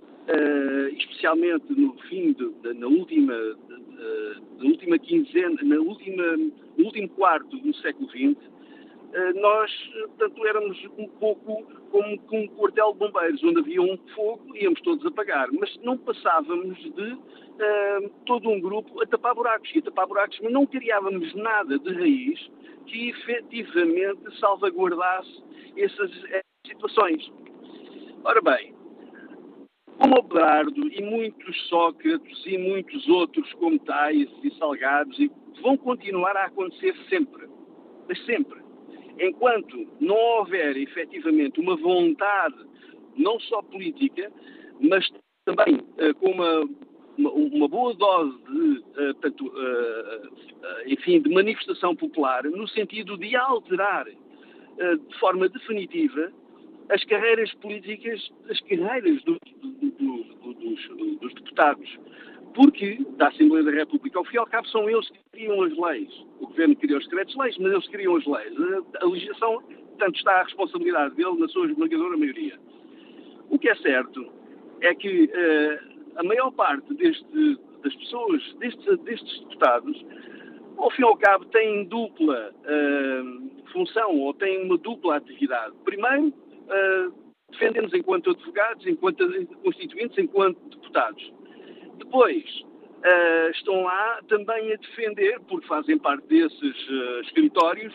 uh, especialmente no fim, de, de, na, última, uh, na última quinzena, na última, no último quarto do século vinte, uh, nós, portanto, éramos um pouco como, como um quartel de bombeiros, onde havia um fogo e íamos todos apagar, mas não passávamos de uh, todo um grupo a tapar buracos, e a tapar buracos, mas não criávamos nada de raiz que efetivamente salvaguardasse essas, essas situações. Ora bem, como o Berardo e muitos Sócrates e muitos outros como Tais e Salgados e vão continuar a acontecer sempre, mas sempre. Enquanto não houver efetivamente uma vontade, não só política, mas também uh, com uma Uma, uma boa dose de, uh, tanto, uh, uh, enfim, de manifestação popular, no sentido de alterar uh, de forma definitiva as carreiras políticas, as carreiras do, do, do, do, dos, dos deputados. Porque, da Assembleia da República, ao fim e ao cabo, são eles que criam as leis. O Governo cria os decretos-leis, mas eles criam as leis. A, a legislação, portanto, está a responsabilidade dele na sua esmagadora maioria. O que é certo é que uh, a maior parte deste, das pessoas, destes, destes deputados, ao fim e ao cabo, têm dupla uh, função ou têm uma dupla atividade. Primeiro, uh, defendem-nos enquanto advogados, enquanto constituintes, enquanto deputados. Depois, uh, estão lá também a defender, porque fazem parte desses uh, escritórios,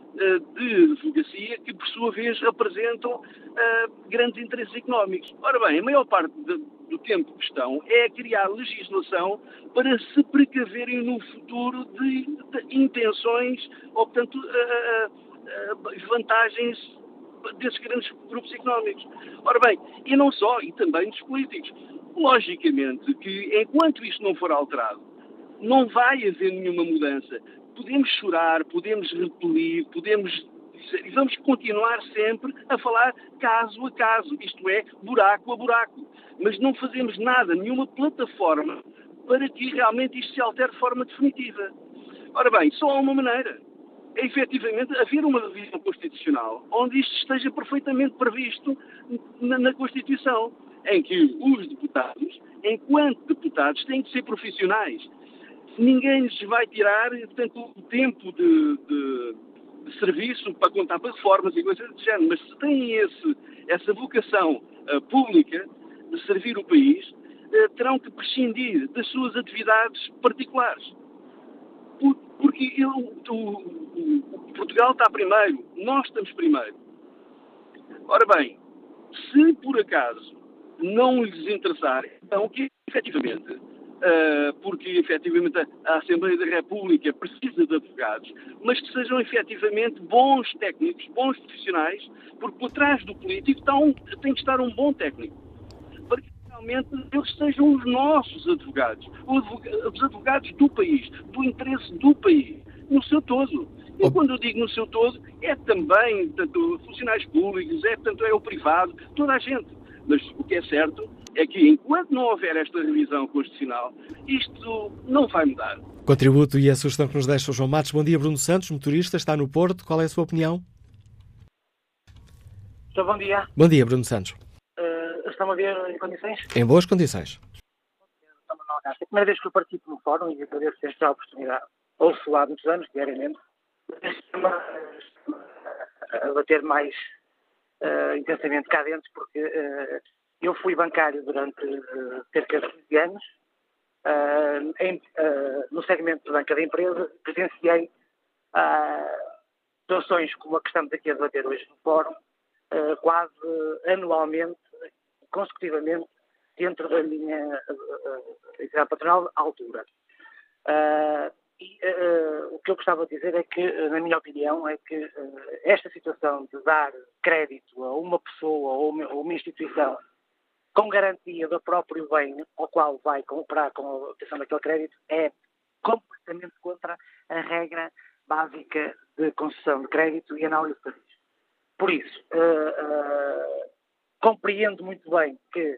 de advocacia que, por sua vez, representam uh, grandes interesses económicos. Ora bem, a maior parte de, do tempo que estão é a criar legislação para se precaverem no futuro de, de intenções ou, portanto, uh, uh, vantagens desses grandes grupos económicos. Ora bem, e não só, e também dos políticos. Logicamente que, enquanto isto não for alterado, não vai haver nenhuma mudança. Podemos chorar, podemos repelir, podemos dizer, e vamos continuar sempre a falar caso a caso, isto é, buraco a buraco. Mas não fazemos nada, nenhuma plataforma para que realmente isto se altere de forma definitiva. Ora bem, só há uma maneira. É efetivamente haver uma revisão constitucional onde isto esteja perfeitamente previsto na, na Constituição, em que os deputados, enquanto deputados, têm que ser profissionais. Ninguém lhes vai tirar, portanto, o tempo de, de, de serviço para contar para reformas e coisas do género. Mas se têm esse, essa vocação uh, pública de servir o país, uh, terão que prescindir das suas atividades particulares. Por, porque eu, o, o, o Portugal está primeiro, nós estamos primeiro. Ora bem, se por acaso não lhes interessar, então que efetivamente uh, porque efetivamente a, a Assembleia da República precisa de advogados, mas que sejam efetivamente bons técnicos, bons profissionais, porque por trás do político está um, tem que estar um bom técnico, para que realmente eles sejam os nossos advogados, os advogados do país, do interesse do país, no seu todo. E quando eu digo no seu todo, é também tanto funcionários públicos, é tanto é o privado, toda a gente. Mas o que é certo é que enquanto não houver esta revisão constitucional, isto não vai mudar. Contributo e a sugestão que nos deixa o João Matos. Bom dia, Bruno Santos, motorista, está no Porto. Qual é a sua opinião? Então, bom dia. Bom dia, Bruno Santos. Uh, estão a ver em condições? Em boas condições. É a primeira vez que eu participo no fórum e agradeço esta oportunidade. Ouço lá há muitos anos, diariamente. A bater mais uh, intensamente cá dentro, porque uh, eu fui bancário durante uh, cerca de quinze anos, uh, em, uh, no segmento de banca da empresa, presenciei uh, situações como a que estamos aqui a debater hoje no fórum, uh, quase uh, anualmente, consecutivamente, dentro da minha uh, entidade patronal, altura. Uh, E, uh, o que eu gostava de dizer é que, uh, na minha opinião, é que uh, esta situação de dar crédito a uma pessoa ou uma, ou uma instituição com garantia do próprio bem ao qual vai comprar com a obtenção daquele crédito é completamente contra a regra básica de concessão de crédito e análise de risco. Por isso, uh, uh, compreendo muito bem que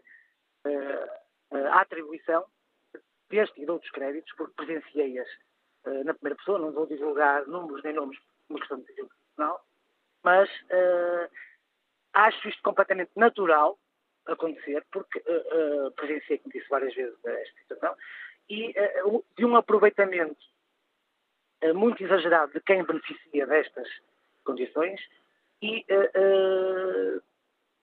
uh, a atribuição deste e de outros créditos, porque presenciei-as Uh, na primeira pessoa, não vou divulgar números nem nomes, uma questão de divulgação profissional, mas uh, acho isto completamente natural acontecer, porque uh, uh, presenciei, como disse várias vezes, esta situação, e uh, de um aproveitamento uh, muito exagerado de quem beneficia destas condições e uh, uh,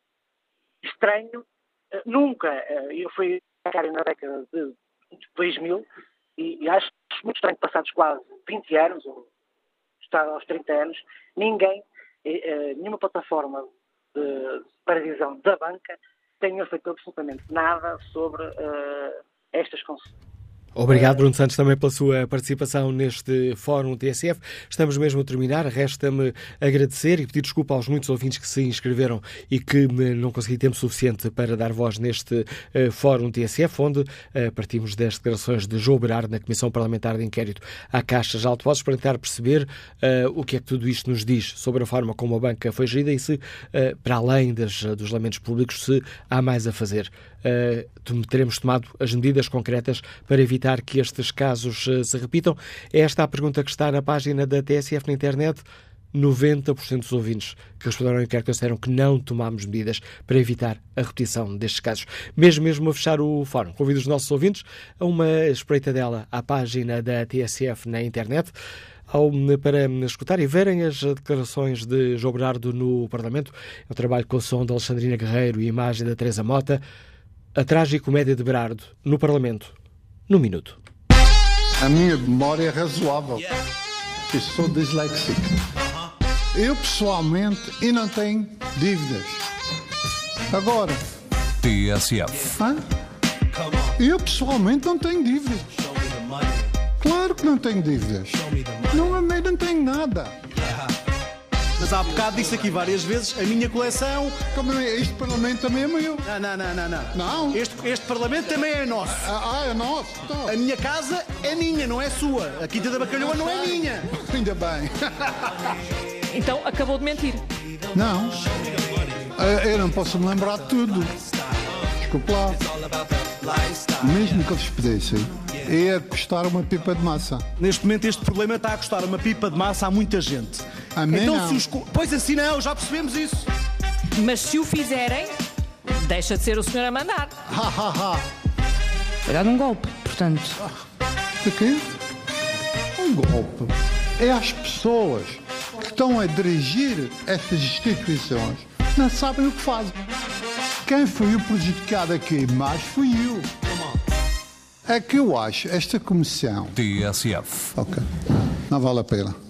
estranho, uh, nunca, uh, eu fui bancário na década de dois mil e, e acho muito estranho, passados quase vinte anos, ou está aos trinta anos, ninguém, eh, nenhuma plataforma de supervisão da banca tenha feito absolutamente nada sobre eh, estas concessões. Obrigado, Bruno Santos, também pela sua participação neste Fórum T S F. Estamos mesmo a terminar. Resta-me agradecer e pedir desculpa aos muitos ouvintes que se inscreveram e que não consegui tempo suficiente para dar voz neste uh, Fórum T S F, onde uh, partimos das declarações de João Berardo na Comissão Parlamentar de Inquérito à Caixa de Alto Depósitos para tentar perceber uh, o que é que tudo isto nos diz sobre a forma como a banca foi gerida e se, uh, para além das, dos lamentos públicos, se há mais a fazer. Uh, teremos tomado as medidas concretas para evitar que estes casos uh, se repitam. É esta a pergunta que está na página da T S F na internet. noventa por cento dos ouvintes que responderam ao inquérito disseram que não tomámos medidas para evitar a repetição destes casos. Mesmo mesmo a fechar o fórum, convido os nossos ouvintes a uma espreitadela à página da T S F na internet ao, para escutar e verem as declarações de João Berardo no Parlamento. É um trabalho com o som de Alexandrina Guerreiro e a imagem da Teresa Mota. A tragicomédia de Berardo no Parlamento, no minuto. A minha memória é razoável. Eu sou disléxico. Eu, pessoalmente, e não tenho dívidas. Agora... T S F. Hã? Eu, pessoalmente, não tenho dívidas. Claro que não tenho dívidas. Não amei, não tenho nada. Mas há bocado disse aqui várias vezes, a minha coleção... Como é? Este Parlamento também é meu. Não, não, não, não. Não? Não. Este, este Parlamento também é nosso. Ah, é nosso? Então. A minha casa é minha, não é sua. A Quinta da Bacalhoa não é minha. Ainda bem. Então acabou de mentir. Não. Eu não posso me lembrar de tudo. Desculpe lá. Mesmo que eles pedissem, ia custar uma pipa de massa. Neste momento este problema está a custar uma pipa de massa a muita gente. A mim então, não. Se os... Pois assim não, já percebemos isso. Mas se o fizerem, deixa de ser o senhor a mandar. Ha, ha, ha. Foi dado um golpe, portanto. De quê? Um golpe. É as pessoas que estão a dirigir estas instituições não sabem o que fazem. Quem foi o prejudicado aqui mais fui eu. É que eu acho esta comissão... T S F. Ok. Não vale a pena.